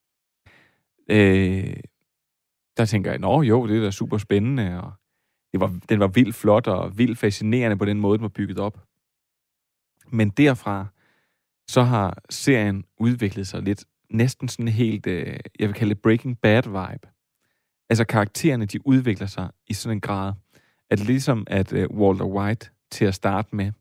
Der tænker jeg, det er da super spændende, og den var vildt flot og vildt fascinerende på den måde, den var bygget op. Men derfra, så har serien udviklet sig lidt, næsten sådan helt, jeg vil kalde det Breaking Bad vibe. Altså karaktererne, de udvikler sig i sådan en grad, at ligesom at Walter White til at starte med,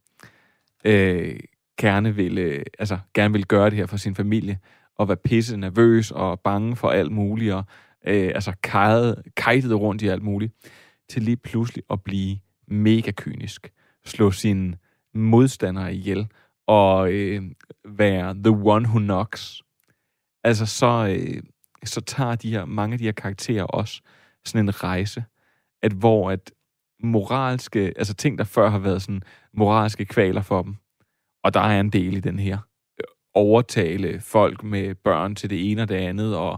gerne vil gøre det her for sin familie, og være pisse nervøs og bange for alt muligt, og kajtet rundt i alt muligt, til lige pludselig at blive mega kynisk, slå sine modstandere ihjel, og være the one who knocks. Altså så tager mange af de her karakterer også sådan en rejse, hvor moralske, altså ting, der før har været sådan moralske kvaler for dem, og der er en del i den her overtale folk med børn til det ene og det andet, og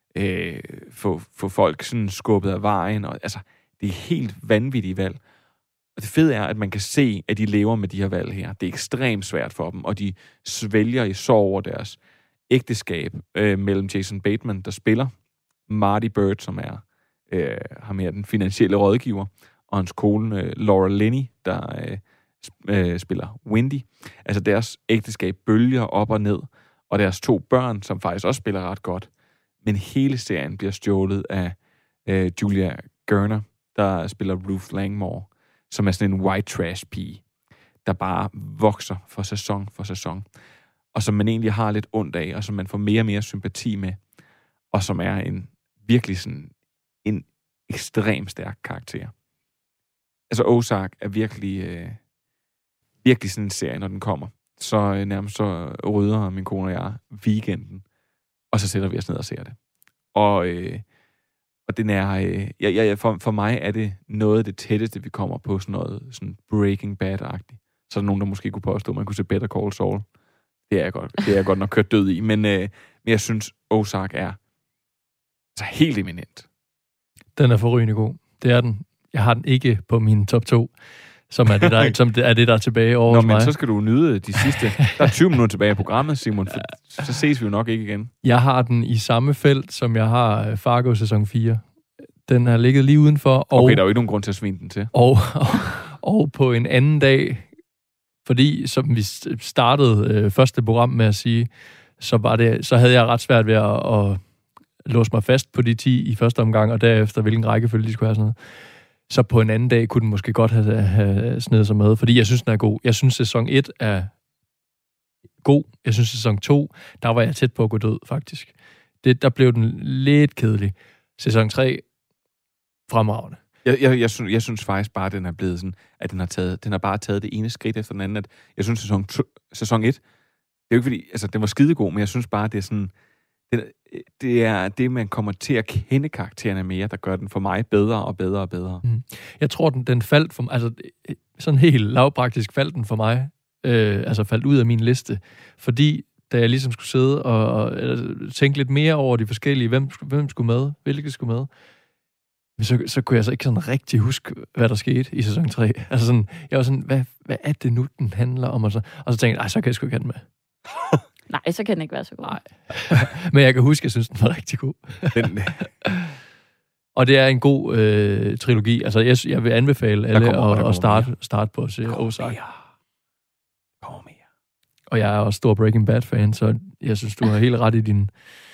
få folk sådan skubbet af vejen, og altså, det er helt vanvittigt valg. Og det fede er, at man kan se, at de lever med de her valg her. Det er ekstremt svært for dem, og de svælger i sorg over deres ægteskab mellem Jason Bateman, der spiller Marty Byrde, som er ham her, den finansielle rådgiver, og hans kone Laura Linney, der spiller Wendy. Altså deres ægteskab bølger op og ned, og deres 2 børn, som faktisk også spiller ret godt. Men hele serien bliver stjålet af Julia Garner, der spiller Ruth Langmore, som er sådan en white trash pige, der bare vokser fra sæson for sæson, og som man egentlig har lidt ondt af, og som man får mere og mere sympati med, og som er en virkelig sådan en ekstremt stærk karakter. Altså Ozark er virkelig sådan en serie, når den kommer. Så nærmest så rydder min kone og jeg weekenden, og så sætter vi os ned og ser det. Og den er, for mig er det noget af det tætteste, vi kommer på sådan noget sådan Breaking Bad-agtigt. Så er der nogen, der måske kunne påstå, at man kunne se Better Call Saul. Det er jeg godt nok kørt død i, men jeg synes, Ozark er altså helt eminent. Den er forrygende god. Det er den. Jeg har den ikke på min top 2, som er det, der er tilbage over hos mig. Men så skal du nyde de sidste. Der er 20 minutter tilbage i programmet, Simon. Så ses vi jo nok ikke igen. Jeg har den i samme felt, som jeg har Fargo sæson 4. Den har ligget lige udenfor. Okay, der er jo ikke nogen grund til at svine den til. Og på en anden dag, fordi som vi startede første program med at sige, så havde jeg ret svært ved at låse mig fast på de 10 i første omgang, og derefter hvilken rækkefølge de skulle have sådan noget. Så på en anden dag kunne den måske godt have snedet sig med, fordi jeg synes, den er god. Jeg synes, sæson 1 er god. Jeg synes, sæson 2, der var jeg tæt på at gå død, faktisk. Der blev den lidt kedelig. Sæson 3, fremragende. Jeg synes faktisk bare, at den er blevet sådan, at den har bare taget det ene skridt efter den anden. At jeg synes, sæson 1, det er jo ikke fordi, altså, den var skidegod, men jeg synes bare, det er sådan, det er det, man kommer til at kende karaktererne mere, der gør den for mig bedre og bedre og bedre. Mm. Jeg tror, den faldt for mig, altså sådan helt lavpraktisk faldt den for mig, altså faldt ud af min liste, fordi da jeg ligesom skulle sidde og tænke lidt mere over de forskellige, hvem skulle med, hvilke skulle med, så kunne jeg så ikke sådan rigtig huske, hvad der skete i sæson 3. Altså sådan, jeg var sådan, hvad er det nu, den handler om? Og så tænkte jeg, så kan jeg sgu ikke have den med. Nej, så kan den ikke være så god. Nej. Men jeg kan huske, at jeg synes, den var rigtig god. Den, Og det er en god trilogi. Altså, jeg vil anbefale alle at starte på at se Ozark. Kom mere. Og jeg er også stor Breaking Bad-fan, så jeg synes, du har helt ret i din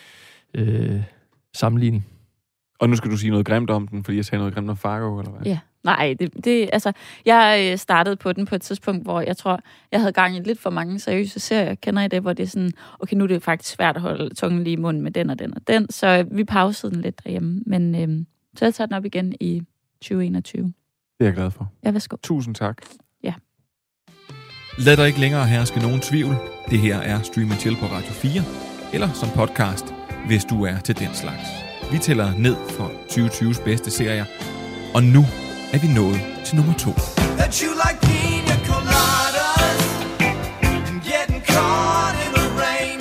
sammenligning. Og nu skal du sige noget grimt om den, fordi jeg sagde noget grimt om Fargo, eller hvad? Ja. Nej, altså, jeg startede på den på et tidspunkt, hvor jeg tror, jeg havde gang i lidt for mange seriøse serier. Kender I det, hvor det er sådan, okay, nu er det faktisk svært at holde tungen lige i munden med den og den og den, så vi pausede den lidt derhjemme. Men så jeg tager den op igen i 2021. Det er jeg glad for. Ja, værsgo. Tusind tak. Ja. Lad der ikke længere herske nogen tvivl. Det her er Stream & Chill på Radio 4, eller som podcast, hvis du er til den slags. Vi tæller ned for 2020's bedste serier, og nu er vi nået til nummer 2. That you like pina coladas and getting caught in the rain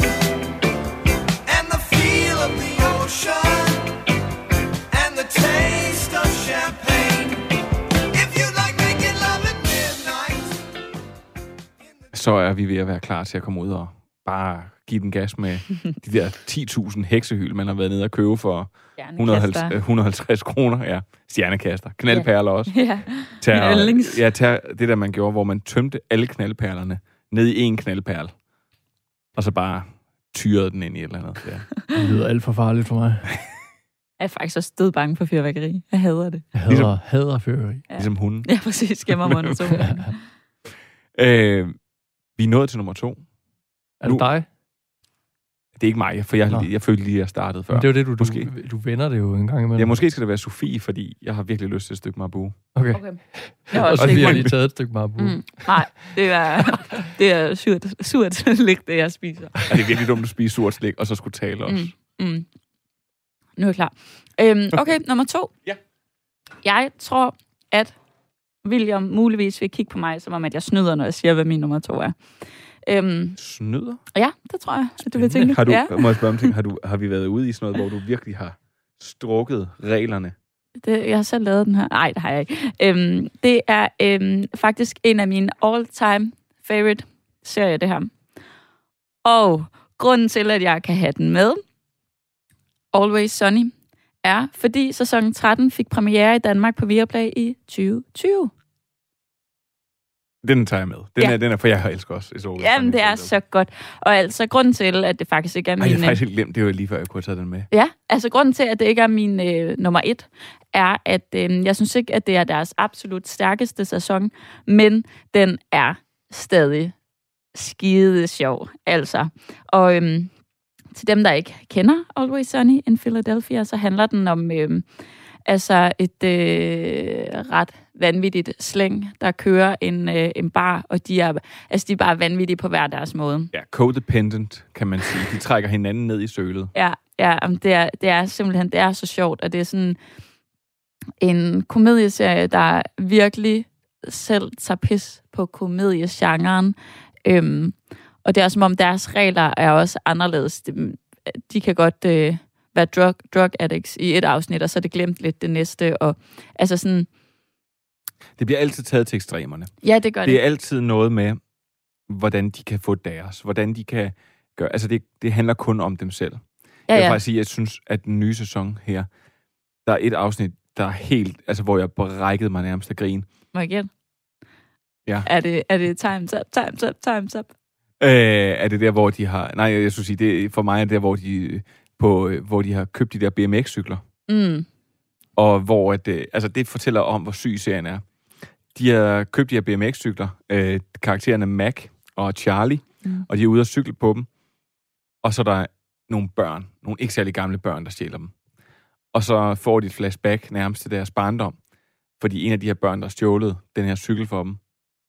and the feel of the ocean and the taste of champagne. If you like making love at midnight. Så er vi ved at være klar til at komme ud og bare give den gas med de der 10.000 heksehyl, man har været nede og købe for 150 kroner. Ja, stjernekaster. Knaldperler også. Ja, tag det der, man gjorde, hvor man tømte alle knaldperlerne ned i en knaldperle. Og så bare tyrede den ind i et eller andet. Ja. Det lyder alt for farligt for mig. Jeg er faktisk også dødbange for fyrværkeri. Jeg hader det. Jeg hader fyrværkeri. Ja. Ligesom hunden. Ja, præcis. Skæmmer mig under 2 gange. Vi er nået til nummer 2. Er det dig? Det er ikke mig, for jeg følte lige, at jeg startede før. Men det er jo det, du vender det jo en gang imellem. Ja, måske skal det være Sofie, fordi jeg har virkelig lyst til et stykke Marabu. Okay. Jeg har også lige taget et stykke Marabu. Nej, det er surt slik, det jeg spiser. Ja, det er virkelig dumt at spise surt slik, og så skulle tale også. Nu er jeg klar. Okay, nummer 2. Ja. Jeg tror, at William muligvis vil kigge på mig, som om at jeg snyder, når jeg siger, hvad min nummer 2 er. Snyder? Ja, det tror jeg, at du vil tænke. Må jeg spørge om ting? Har vi været ude i sådan noget, hvor du virkelig har strukket reglerne? Jeg har selv lavet den her. Nej, det har jeg ikke. Det er faktisk en af mine all-time favorite serier, det her. Og grunden til, at jeg kan have den med, Always Sunny, er, fordi sæson 13 fik premiere i Danmark på Viaplay i 2020. Den tager jeg med. Den er, for jeg elsker også It's Always Jamen, det er så godt. Og altså, grunden til, at det faktisk ikke er min... jeg har faktisk helt glemt, det var lige før, jeg kunne have taget den med. Ja, altså grunden til, at det ikke er min nummer 1, er, at jeg synes ikke, at det er deres absolut stærkeste sæson, men den er stadig skide sjov, altså. Og til dem, der ikke kender Always Sunny in Philadelphia, så handler den om et ret vanvittigt slæng, der kører en bar, og de er bare vanvittige på hver deres måde. Ja, codependent, kan man sige. De trækker hinanden ned i sølet. Ja, det er simpelthen, det er så sjovt, og det er sådan en komedieserie, der virkelig selv tager pis på komediegenren. Og det er som om deres regler er også anderledes. De kan godt være drug addicts i et afsnit, og så er det glemt lidt det næste. Og altså sådan... Det bliver altid taget til ekstremerne. Ja, det gør det. Det er altid noget med, hvordan de kan få deres. Hvordan de kan gøre... Altså, det handler kun om dem selv. Ja. Jeg vil faktisk sige, at jeg synes, at den nye sæson her, der er et afsnit, der er helt... Altså, hvor jeg brækkede mig nærmest af grin. Må jeg gætte? Ja. Er det time's up? Er det der, hvor de har... Nej, jeg skulle sige, det for mig er det der, hvor de har købt de der BMX-cykler. Mm. Og hvor det fortæller om, hvor syg serien er. De har købt de her BMX-cykler, karaktererne Mac og Charlie, og de er ude at cykle på dem. Og så er der nogle børn, nogle ikke særlig gamle børn, der stjæler dem. Og så får de et flashback nærmest til deres barndom, fordi en af de her børn, der har stjålet den her cykel for dem,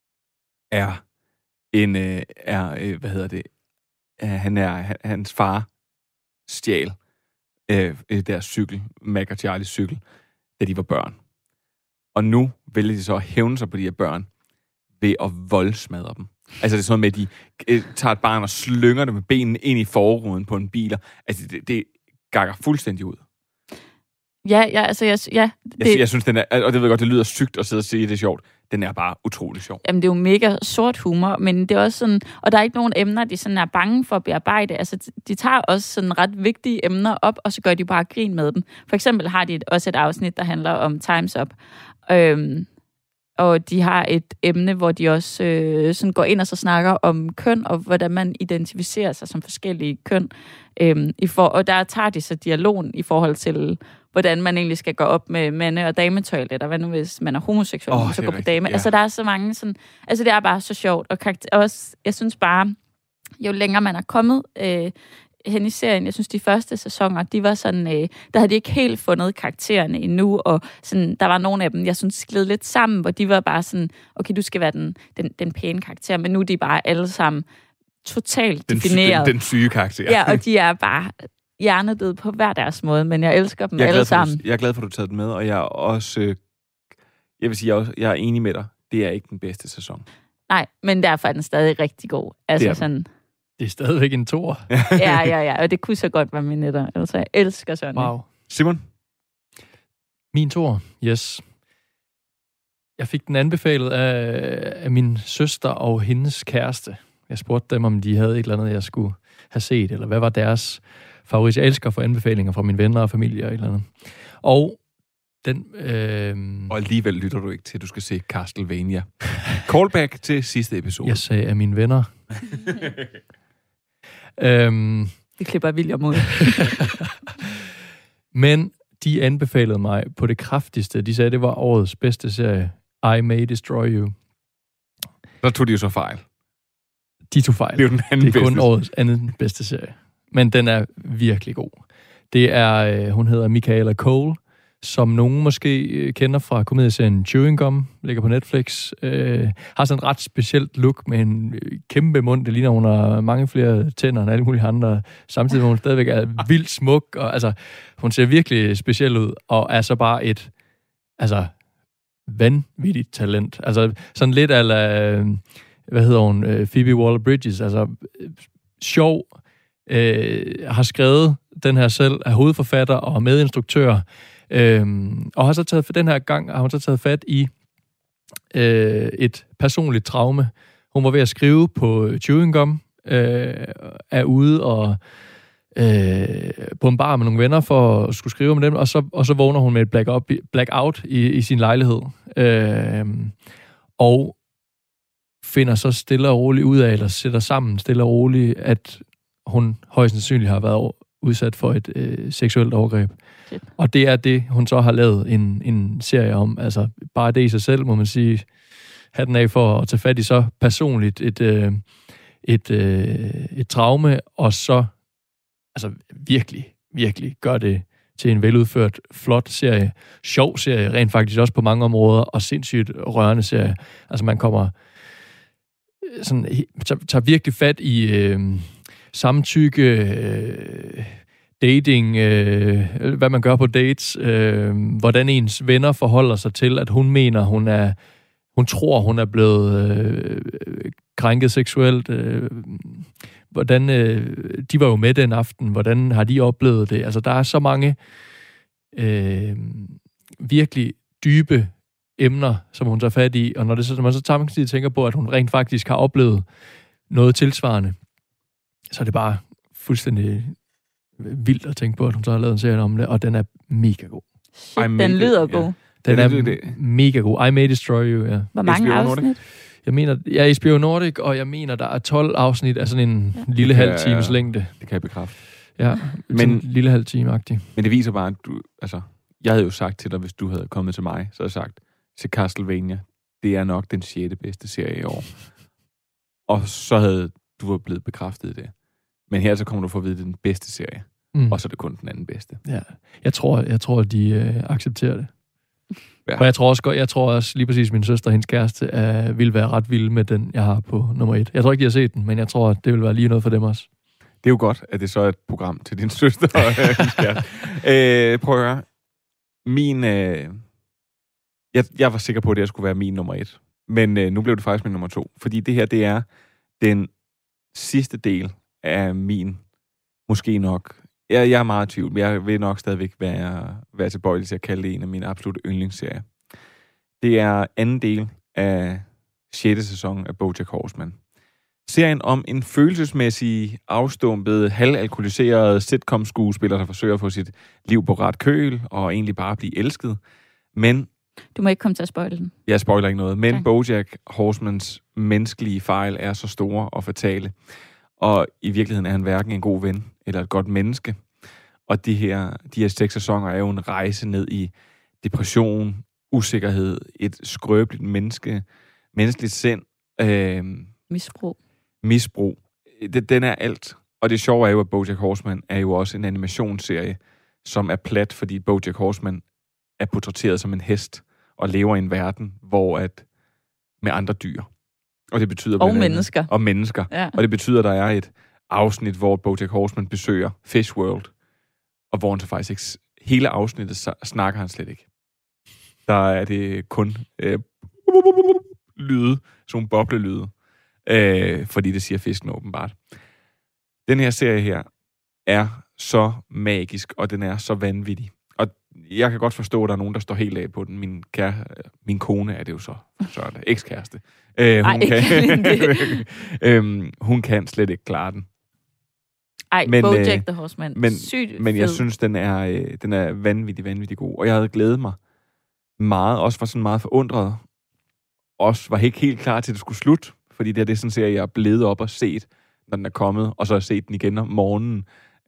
hans far stjal deres cykel, Mac og Charlies cykel, da de var børn. Og nu vælger de så at hævne sig på de her børn ved at voldsmadre dem. Altså det er sådan med, at de tager et barn og slynger det med benene ind i forruden på en bil. Altså det gakker fuldstændig ud. Ja, altså... Jeg synes, den er... Og det ved jeg godt, det lyder sygt at sidde og sige, det er sjovt. Den er bare utrolig sjov. Jamen, det er jo mega sort humor, men det er også sådan... Og der er ikke nogen emner, de sådan er bange for at bearbejde. Altså, de tager også sådan ret vigtige emner op, og så gør de bare grin med dem. For eksempel har de også et afsnit, der handler om Time's Up. Og de har et emne, hvor de også sådan går ind og så snakker om køn, og hvordan man identificerer sig som forskellige køn. Og der tager de så dialogen i forhold til, hvordan man egentlig skal gå op med mande- og dametoiletter. Hvad nu, hvis man er homoseksuel, så går på dame. Ja. Altså, der er så mange sådan... Altså, det er bare så sjovt. Og også, jeg synes bare, jo længere man er kommet hen i serien, jeg synes, de første sæsoner, de var sådan... der havde de ikke helt fundet karaktererne endnu, og sådan, der var nogle af dem, jeg synes, gled lidt sammen, hvor de var bare sådan, okay, du skal være den pæne karakter, men nu er de bare alle sammen totalt defineret. Den syge karakter. Ja, og de er bare hjernedøde på hver deres måde, men jeg elsker dem alle sammen. Jeg er glad for, at du har taget den med, og jeg er også... jeg vil sige, jeg er enig med dig. Det er ikke den bedste sæson. Nej, men derfor er den stadig rigtig god. Altså sådan... Det er stadigvæk en toer. ja, og det kunne så godt være min netter. Altså, jeg elsker sådan. Wow. Simon? Min toer, yes. Jeg fik den anbefalet af min søster og hendes kæreste. Jeg spurgte dem, om de havde et eller andet, jeg skulle have set, eller hvad var deres favorit. Jeg elsker at få anbefalinger fra mine venner og familie og et eller andet. Og den... Og alligevel lytter du ikke til, at du skal se Castlevania. Callback til sidste episode. Jeg sagde af mine venner. Det klipper William ud. Men de anbefalede mig på det kraftigste. De sagde, det var årets bedste serie. I May Destroy You. Der tog de jo så fejl. De tog fejl. Det er jo den anden det er kun bedste. årets anden bedste serie. Men den er virkelig god. Det er, hun hedder Michaela Cole, som nogen måske kender fra komedieserien Chewing Gum, ligger på Netflix. Har sådan et ret specielt look med en kæmpe mund. Det ligner, hun har mange flere tænder end alle mulige andre. Samtidig med hun stadigvæk er vildt smuk. Og, altså, hun ser virkelig speciel ud, og er så bare et vanvittigt talent. Altså sådan lidt ala, hvad hedder hun, Phoebe Waller-Bridges. Altså sjov, har skrevet den her selv, er hovedforfatter og medinstruktør. Og har så taget for den her gang har hun så taget fat i et personligt traume. Hun var ved at skrive på Chewing Gum, er ude og på en bar med nogle venner for at skulle skrive om dem, og så vågner hun med et blackout i sin lejlighed. Og finder så stille og roligt ud af, eller sætter sammen stille og roligt, at hun højst sandsynligt har været udsat for et seksuelt overgreb. Shit. Og det er det, hun så har lavet en serie om. Altså, bare det i sig selv, må man sige, hatten af for at tage fat i så personligt et traume, og så altså virkelig gør det til en veludført, flot serie. Sjov serie, rent faktisk også på mange områder, og sindssygt rørende serie. Altså, man kommer sådan, tager virkelig fat i samtykke, dating, hvad man gør på dates, hvordan ens venner forholder sig til, at hun mener, hun tror, hun er blevet krænket seksuelt. Hvordan, de var jo med den aften, hvordan har de oplevet det? Altså, der er så mange virkelig dybe emner, som hun tager fat i, og når man så samtidig tænker på, at hun rent faktisk har oplevet noget tilsvarende, så er det bare fuldstændig vildt at tænke på, at hun så har lavet en serie om det, og den er mega god. Shit, den lyder god. Den er mega god. I May Destroy You, ja. Hvor mange afsnit? Jeg mener, jeg er HBO Nordic, og jeg mener, der er 12 afsnit af sådan en lille halv times længde. Det kan jeg bekræfte. Ja, men en lille halv time-agtig. Men det viser bare, at du, altså, jeg havde jo sagt til dig, hvis du havde kommet til mig, så havde jeg sagt, se Castlevania, det er nok den 6. bedste serie i år. Og så havde du blevet bekræftet i det. Men her så kommer du for at vide, det er den bedste serie. Og så er det kun den anden bedste. Ja, jeg tror de accepterer det. Ja. Og jeg tror også lige præcis, min søster og hendes kæreste vil være ret vilde med den, jeg har på nummer 1. Jeg tror ikke, de har set den, men jeg tror, det vil være lige noget for dem også. Det er jo godt, at det så er et program til din søster og hendes kæreste. Prøv at høre. Jeg var sikker på, at det skulle være min nummer 1. Men nu blev det faktisk min nummer 2. Fordi det her, det er den sidste del af min, måske nok, jeg er meget i tvivl, men jeg vil nok stadigvæk være tilbøjelig til at kalde det en af mine absolutte yndlingsserier. Det er anden del af 6. sæson af BoJack Horseman. Serien om en følelsesmæssig, afstumpet, halvalkoholiseret sitcom-skuespiller, der forsøger at få sit liv på ret køl og egentlig bare blive elsket. Men Du må ikke komme til at spoile den. jeg spoiler ikke noget, men Tak. BoJack Horsemans menneskelige fejl er så store og fatale. Og i virkeligheden er han hverken en god ven eller et godt menneske. Og de her 6 sæsoner er jo en rejse ned i depression, usikkerhed, et skrøbeligt menneskeligt sind, Misbrug. Den er alt. Og det sjove er jo, at BoJack Horseman er jo også en animationsserie, som er plat, fordi BoJack Horseman er portrætteret som en hest og lever i en verden, hvor at med andre dyr. Og det betyder Og blandt andet- mennesker. Og mennesker. Ja. Og det betyder, at der er et afsnit, hvor BoJack Horseman besøger Fish World, og hvor han så faktisk ikke... Hele afsnittet snakker han slet ikke. Der er det kun lyde, sådan nogle boblelyde, fordi det siger fisken åbenbart. Den her serie her er så magisk, og den er så vanvittig. Og jeg kan godt forstå, at der er nogen, der står helt af på den. Min kone er det jo så ekskæreste. Hun kan slet ikke klare den. Ej, Men, BoJack the Horseman. Sygt Men jeg fed. synes, den er vanvittig god. Og jeg havde glædet mig meget, også var sådan meget forundret. Også var ikke helt klar til, at det skulle slutte. Fordi det er sådan en serie, jeg er blevet op og set, når den er kommet. Og så har jeg set den igen om morgenen.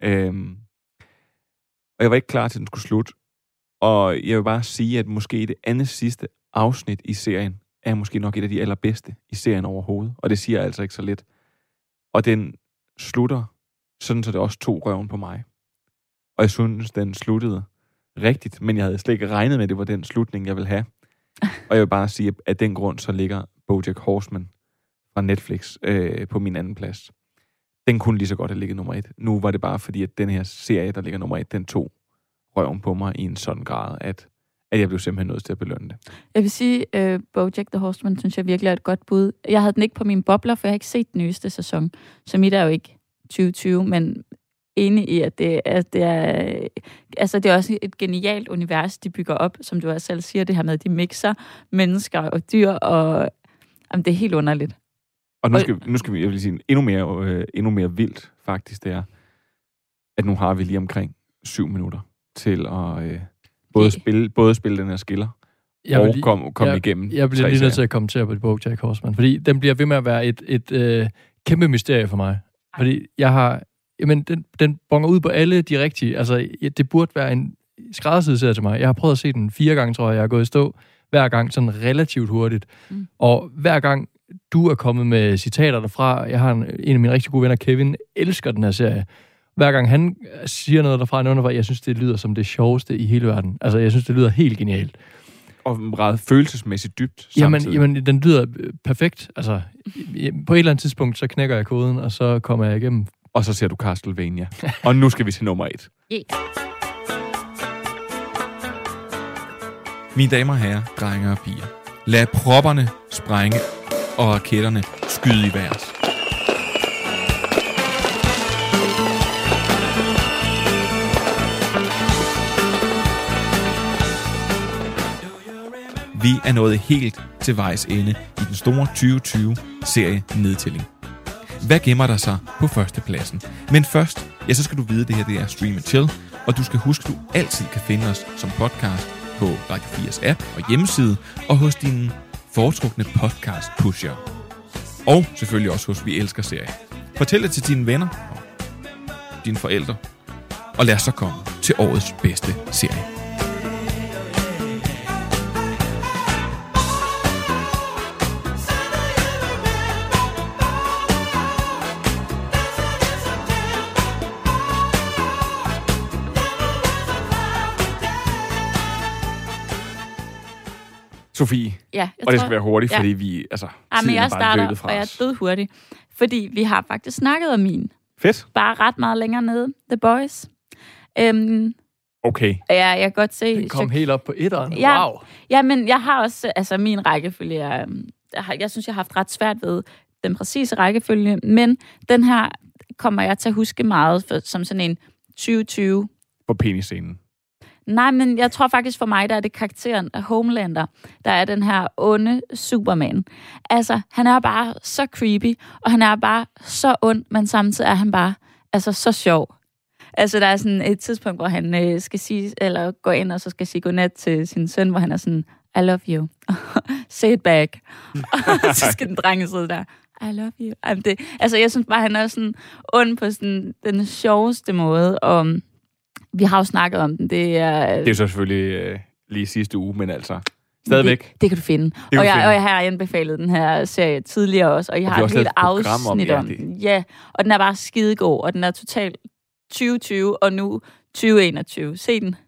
Og jeg var ikke klar til, at den skulle slutte. Og jeg vil bare sige, at måske det andet sidste afsnit i serien er måske nok et af de allerbedste i serien overhovedet. Og det siger jeg altså ikke så lidt. Og den slutter, sådan så det også tog røven på mig. Og jeg synes, den sluttede rigtigt, men jeg havde slet ikke regnet med, at det var den slutning, jeg ville have. Og jeg vil bare sige, at af den grund, så ligger BoJack Horseman fra Netflix på min anden plads. Den kunne lige så godt have ligget nummer 1. Nu var det bare fordi, at den her serie, der ligger nummer 1, den tog røven på mig i en sådan grad, at jeg blev simpelthen nødt til at belønne det. Jeg vil sige, BoJack the Horseman, synes jeg virkelig er et godt bud. Jeg havde den ikke på mine bobler, for jeg har ikke set den nyeste sæson. Så mit er jo ikke 2020, men enig i, at det er også et genialt univers, de bygger op, som du også selv siger, det her med, at de mixer mennesker og dyr, og det er helt underligt. Og nu skal vi, jeg vil sige, endnu mere vildt faktisk, det er, at nu har vi lige omkring 7 minutter til at både spille den her skiller, og komme igennem. Jeg bliver lige nødt til at kommentere på BoJack Horseman, fordi den bliver ved med at være et kæmpe mysterie for mig. Fordi jeg har... Jamen, den bonger ud på alle de rigtige... Altså, det burde være en skræddersyet serie til mig. Jeg har prøvet at se den 4 gange, tror jeg. Jeg har gået i stå hver gang, sådan relativt hurtigt. Mm. Og hver gang du er kommet med citater derfra, jeg har en af mine rigtig gode venner, Kevin, elsker den her serie. Hver gang han siger noget derfra, jeg synes, det lyder som det sjoveste i hele verden. Altså, jeg synes, det lyder helt genialt. Og meget følelsesmæssigt dybt samtidig. Jamen, den lyder perfekt. Altså, på et eller andet tidspunkt, så knækker jeg koden, og så kommer jeg igennem. Og så ser du Castlevania. Og nu skal vi til nummer 1. Yeah. Mine damer og herrer, drenge og piger. Lad propperne sprænge og raketterne skyde i vejrs. Vi er nået helt til vejs ende i den store 2020-serie Nedtælling. Hvad gemmer der sig på førstepladsen? Men først, så skal du vide, at det her det er Stream & Chill, og du skal huske, at du altid kan finde os som podcast på Radio 4's app og hjemmeside, og hos dine foretrukne podcast-pusher. Og selvfølgelig også hos Vi Elsker Serie. Fortæl det til dine venner og dine forældre, og lad os så komme til årets bedste serie. Sofie, Ja, og det skal være hurtigt, fordi vi, men jeg er bare starter, løbet fra og jeg os. er død hurtigt. Fordi vi har faktisk snakket om min. Fedt. Bare ret meget længere nede. The Boys. Okay. Ja, jeg kan godt se... Den kom helt op på 1'eren. Ja, Wow. Ja, men jeg har også... min rækkefølge... Jeg synes, jeg har haft ret svært ved den præcise rækkefølge, men den her kommer jeg til at huske meget som sådan en 2020... På penisscenen. Nej, men jeg tror faktisk for mig, der er det karakteren af Homelander, der er den her onde Superman. Altså, han er bare så creepy, og han er bare så ond, men samtidig er han bare så sjov. Altså, der er sådan et tidspunkt, hvor han skal sige, eller gå ind og så skal sige godnat til sin søn, hvor han er sådan, I love you. Say it back. Og så skal den drenge sidde der. I love you. Jeg synes bare, han er sådan ond på sådan den sjoveste måde, og vi har jo snakket om den. Det er jo så selvfølgelig lige sidste uge, men altså stadigvæk. Det kan du finde. Og jeg har anbefalet den her serie tidligere også, og jeg har et helt afsnit om den. Ja, og den er bare skidegod, og den er totalt 2020, og nu 2021. Se den.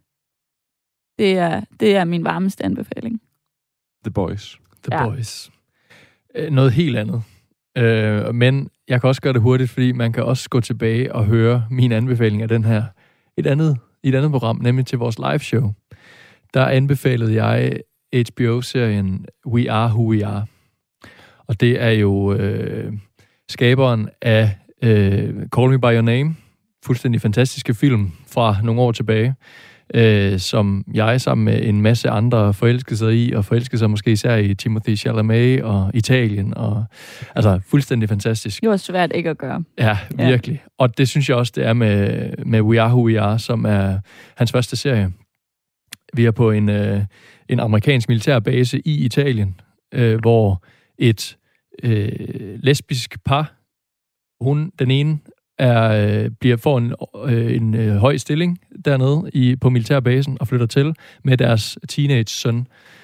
Det er min varmeste anbefaling. The Boys. The Boys. Noget helt andet. Men jeg kan også gøre det hurtigt, fordi man kan også gå tilbage og høre min anbefaling af den her i et andet program, nemlig til vores live show. Der anbefalede jeg HBO-serien We Are Who We Are. Og det er jo skaberen af Call Me By Your Name, fuldstændig fantastiske film fra nogle år tilbage, som jeg sammen med en masse andre forelskede sig i, og forelskede sig måske især i Timothée Chalamet og Italien, og altså fuldstændig fantastisk. Det var svært ikke at gøre. Ja, virkelig. Ja. Og det synes jeg også, det er med We Are Who We Are, som er hans første serie. Vi er på en amerikansk militærbase i Italien, hvor et lesbisk par, den ene får en høj stilling dernede på militærbasen og flytter til med deres teenage-søn.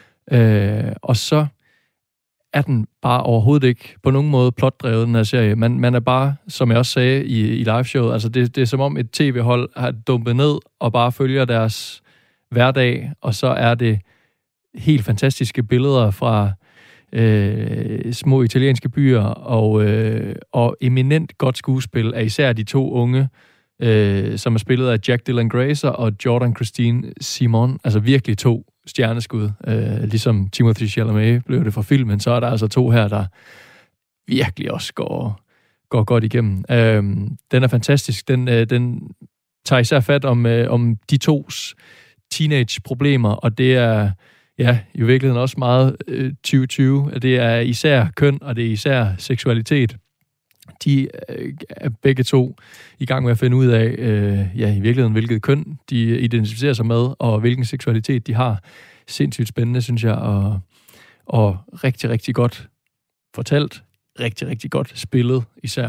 Og så er den bare overhovedet ikke på nogen måde plotdrevet, den her serie. Man er bare, som jeg også sagde i liveshowet, altså det er som om et tv-hold har dumpet ned og bare følger deres hverdag, og så er det helt fantastiske billeder fra små italienske byer, og eminent godt skuespil af især de to unge, som er spillet af Jack Dylan Grazer og Jordan Christine Simon. Altså virkelig to stjerneskud. Ligesom Timothée Chalamet blev det fra filmen, så er der altså to her, der virkelig også går godt igennem. Den er fantastisk. Den tager især fat om de tos teenage-problemer, og det er i virkeligheden også meget 2020. Det er især køn, og det er især seksualitet. De er begge to i gang med at finde ud af, i virkeligheden, hvilket køn de identificerer sig med, og hvilken seksualitet de har. Sindssygt spændende, synes jeg, og rigtig, rigtig godt fortalt. Rigtig, rigtig godt spillet, især.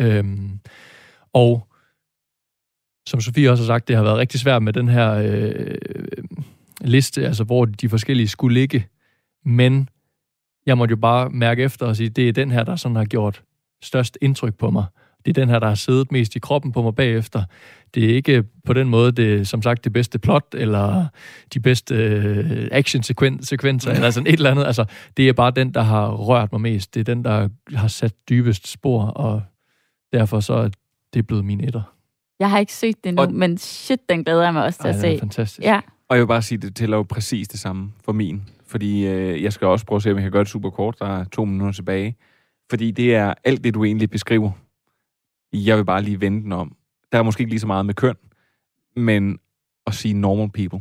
Og som Sofie også har sagt, det har været rigtig svært med den her liste, altså hvor de forskellige skulle ligge, men jeg måtte jo bare mærke efter og sige, det er den her, der sådan har gjort størst indtryk på mig. Det er den her, der har siddet mest i kroppen på mig bagefter. Det er ikke på den måde, det som sagt det bedste plot, eller de bedste action-sekvenser, eller sådan et eller andet. Altså, det er bare den, der har rørt mig mest. Det er den, der har sat dybest spor, og derfor så er det blevet min etter. Jeg har ikke set det nu, men shit, den glæder jeg mig også til at se. Det er fantastisk. Ja. Og jeg vil bare sige, det tæller jo præcis det samme for min. Fordi jeg skal også prøve at se, om jeg kan gøre det super kort. Der er 2 minutter tilbage. Fordi det er alt det, du egentlig beskriver. Jeg vil bare lige vende den om. Der er måske ikke lige så meget med køn, men at sige normal people,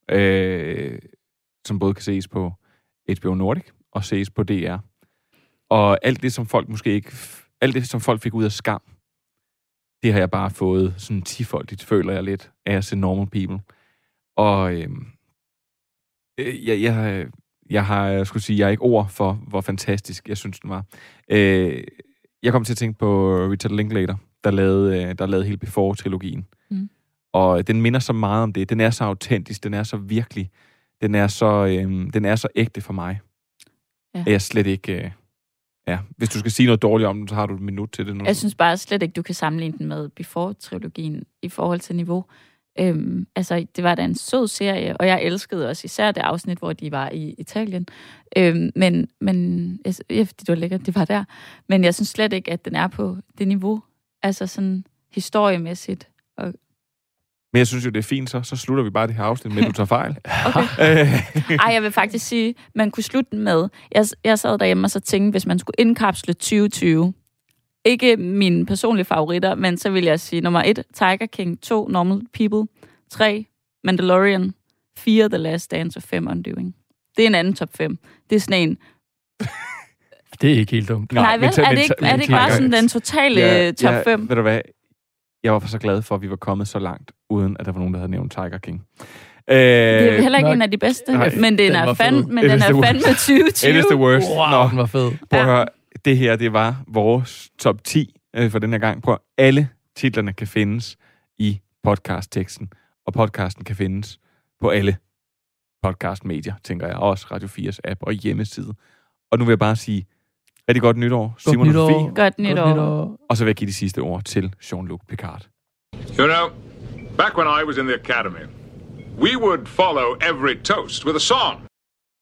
som både kan ses på HBO Nordic og ses på DR. Og alt det, som folk måske ikke... Alt det, som folk fik ud af skam, det har jeg bare fået sådan 10-foldigt, føler jeg lidt, af at se normal people. Og jeg skulle sige, jeg er ikke ord for, hvor fantastisk jeg synes, den var. Jeg kom til at tænke på Richard Linklater, der lavede hele Before-trilogien. Mm. Og den minder så meget om det. Den er så autentisk, den er så virkelig, den er så ægte for mig. Ja. Jeg slet ikke... Hvis du skal sige noget dårligt om den, så har du et minut til det nu. Jeg synes bare slet ikke, du kan sammenligne den med Before-trilogien i forhold til niveau. Det var da en sød serie, og jeg elskede også især det afsnit, hvor de var i Italien. Men fordi det var lækkert, det var der. Men jeg synes slet ikke, at den er på det niveau, altså sådan historiemæssigt. Men jeg synes jo, det er fint, så slutter vi bare det her afsnit med, at du tager fejl. Okay. Jeg vil faktisk sige, man kunne slutte den med. Jeg sad derhjemme og så tænkte, hvis man skulle indkapsle 2020, ikke mine personlige favoritter, men så vil jeg sige nummer 1, Tiger King, 2, Normal People, 3, Mandalorian, 4 The Last Dance og 5 Undoing. Det er en anden top 5. Det er sådan en... Det er ikke helt dumt. Nej, vel? Er det ikke bare sådan den totale top 5? Ved du hvad? Jeg var så glad for, at vi var kommet så langt, uden at der var nogen, der havde nævnt Tiger King. Det er heller ikke en af de bedste, men den er fandme 2020. It is the worst. Wow, den var fed. Prøv at høre, det her, det var vores top 10 for den her gang. Prøv at alle titlerne kan findes i podcastteksten, og podcasten kan findes på alle podcastmedier, tænker jeg. Også Radio 4's app og hjemmeside. Og nu vil jeg bare sige, rigtig godt nytår, Simon og Sofie. Godt nytår. Og så vil jeg give de sidste ord til Jean-Luc Picard. You know, back when I was in the academy, we would follow every toast with a song.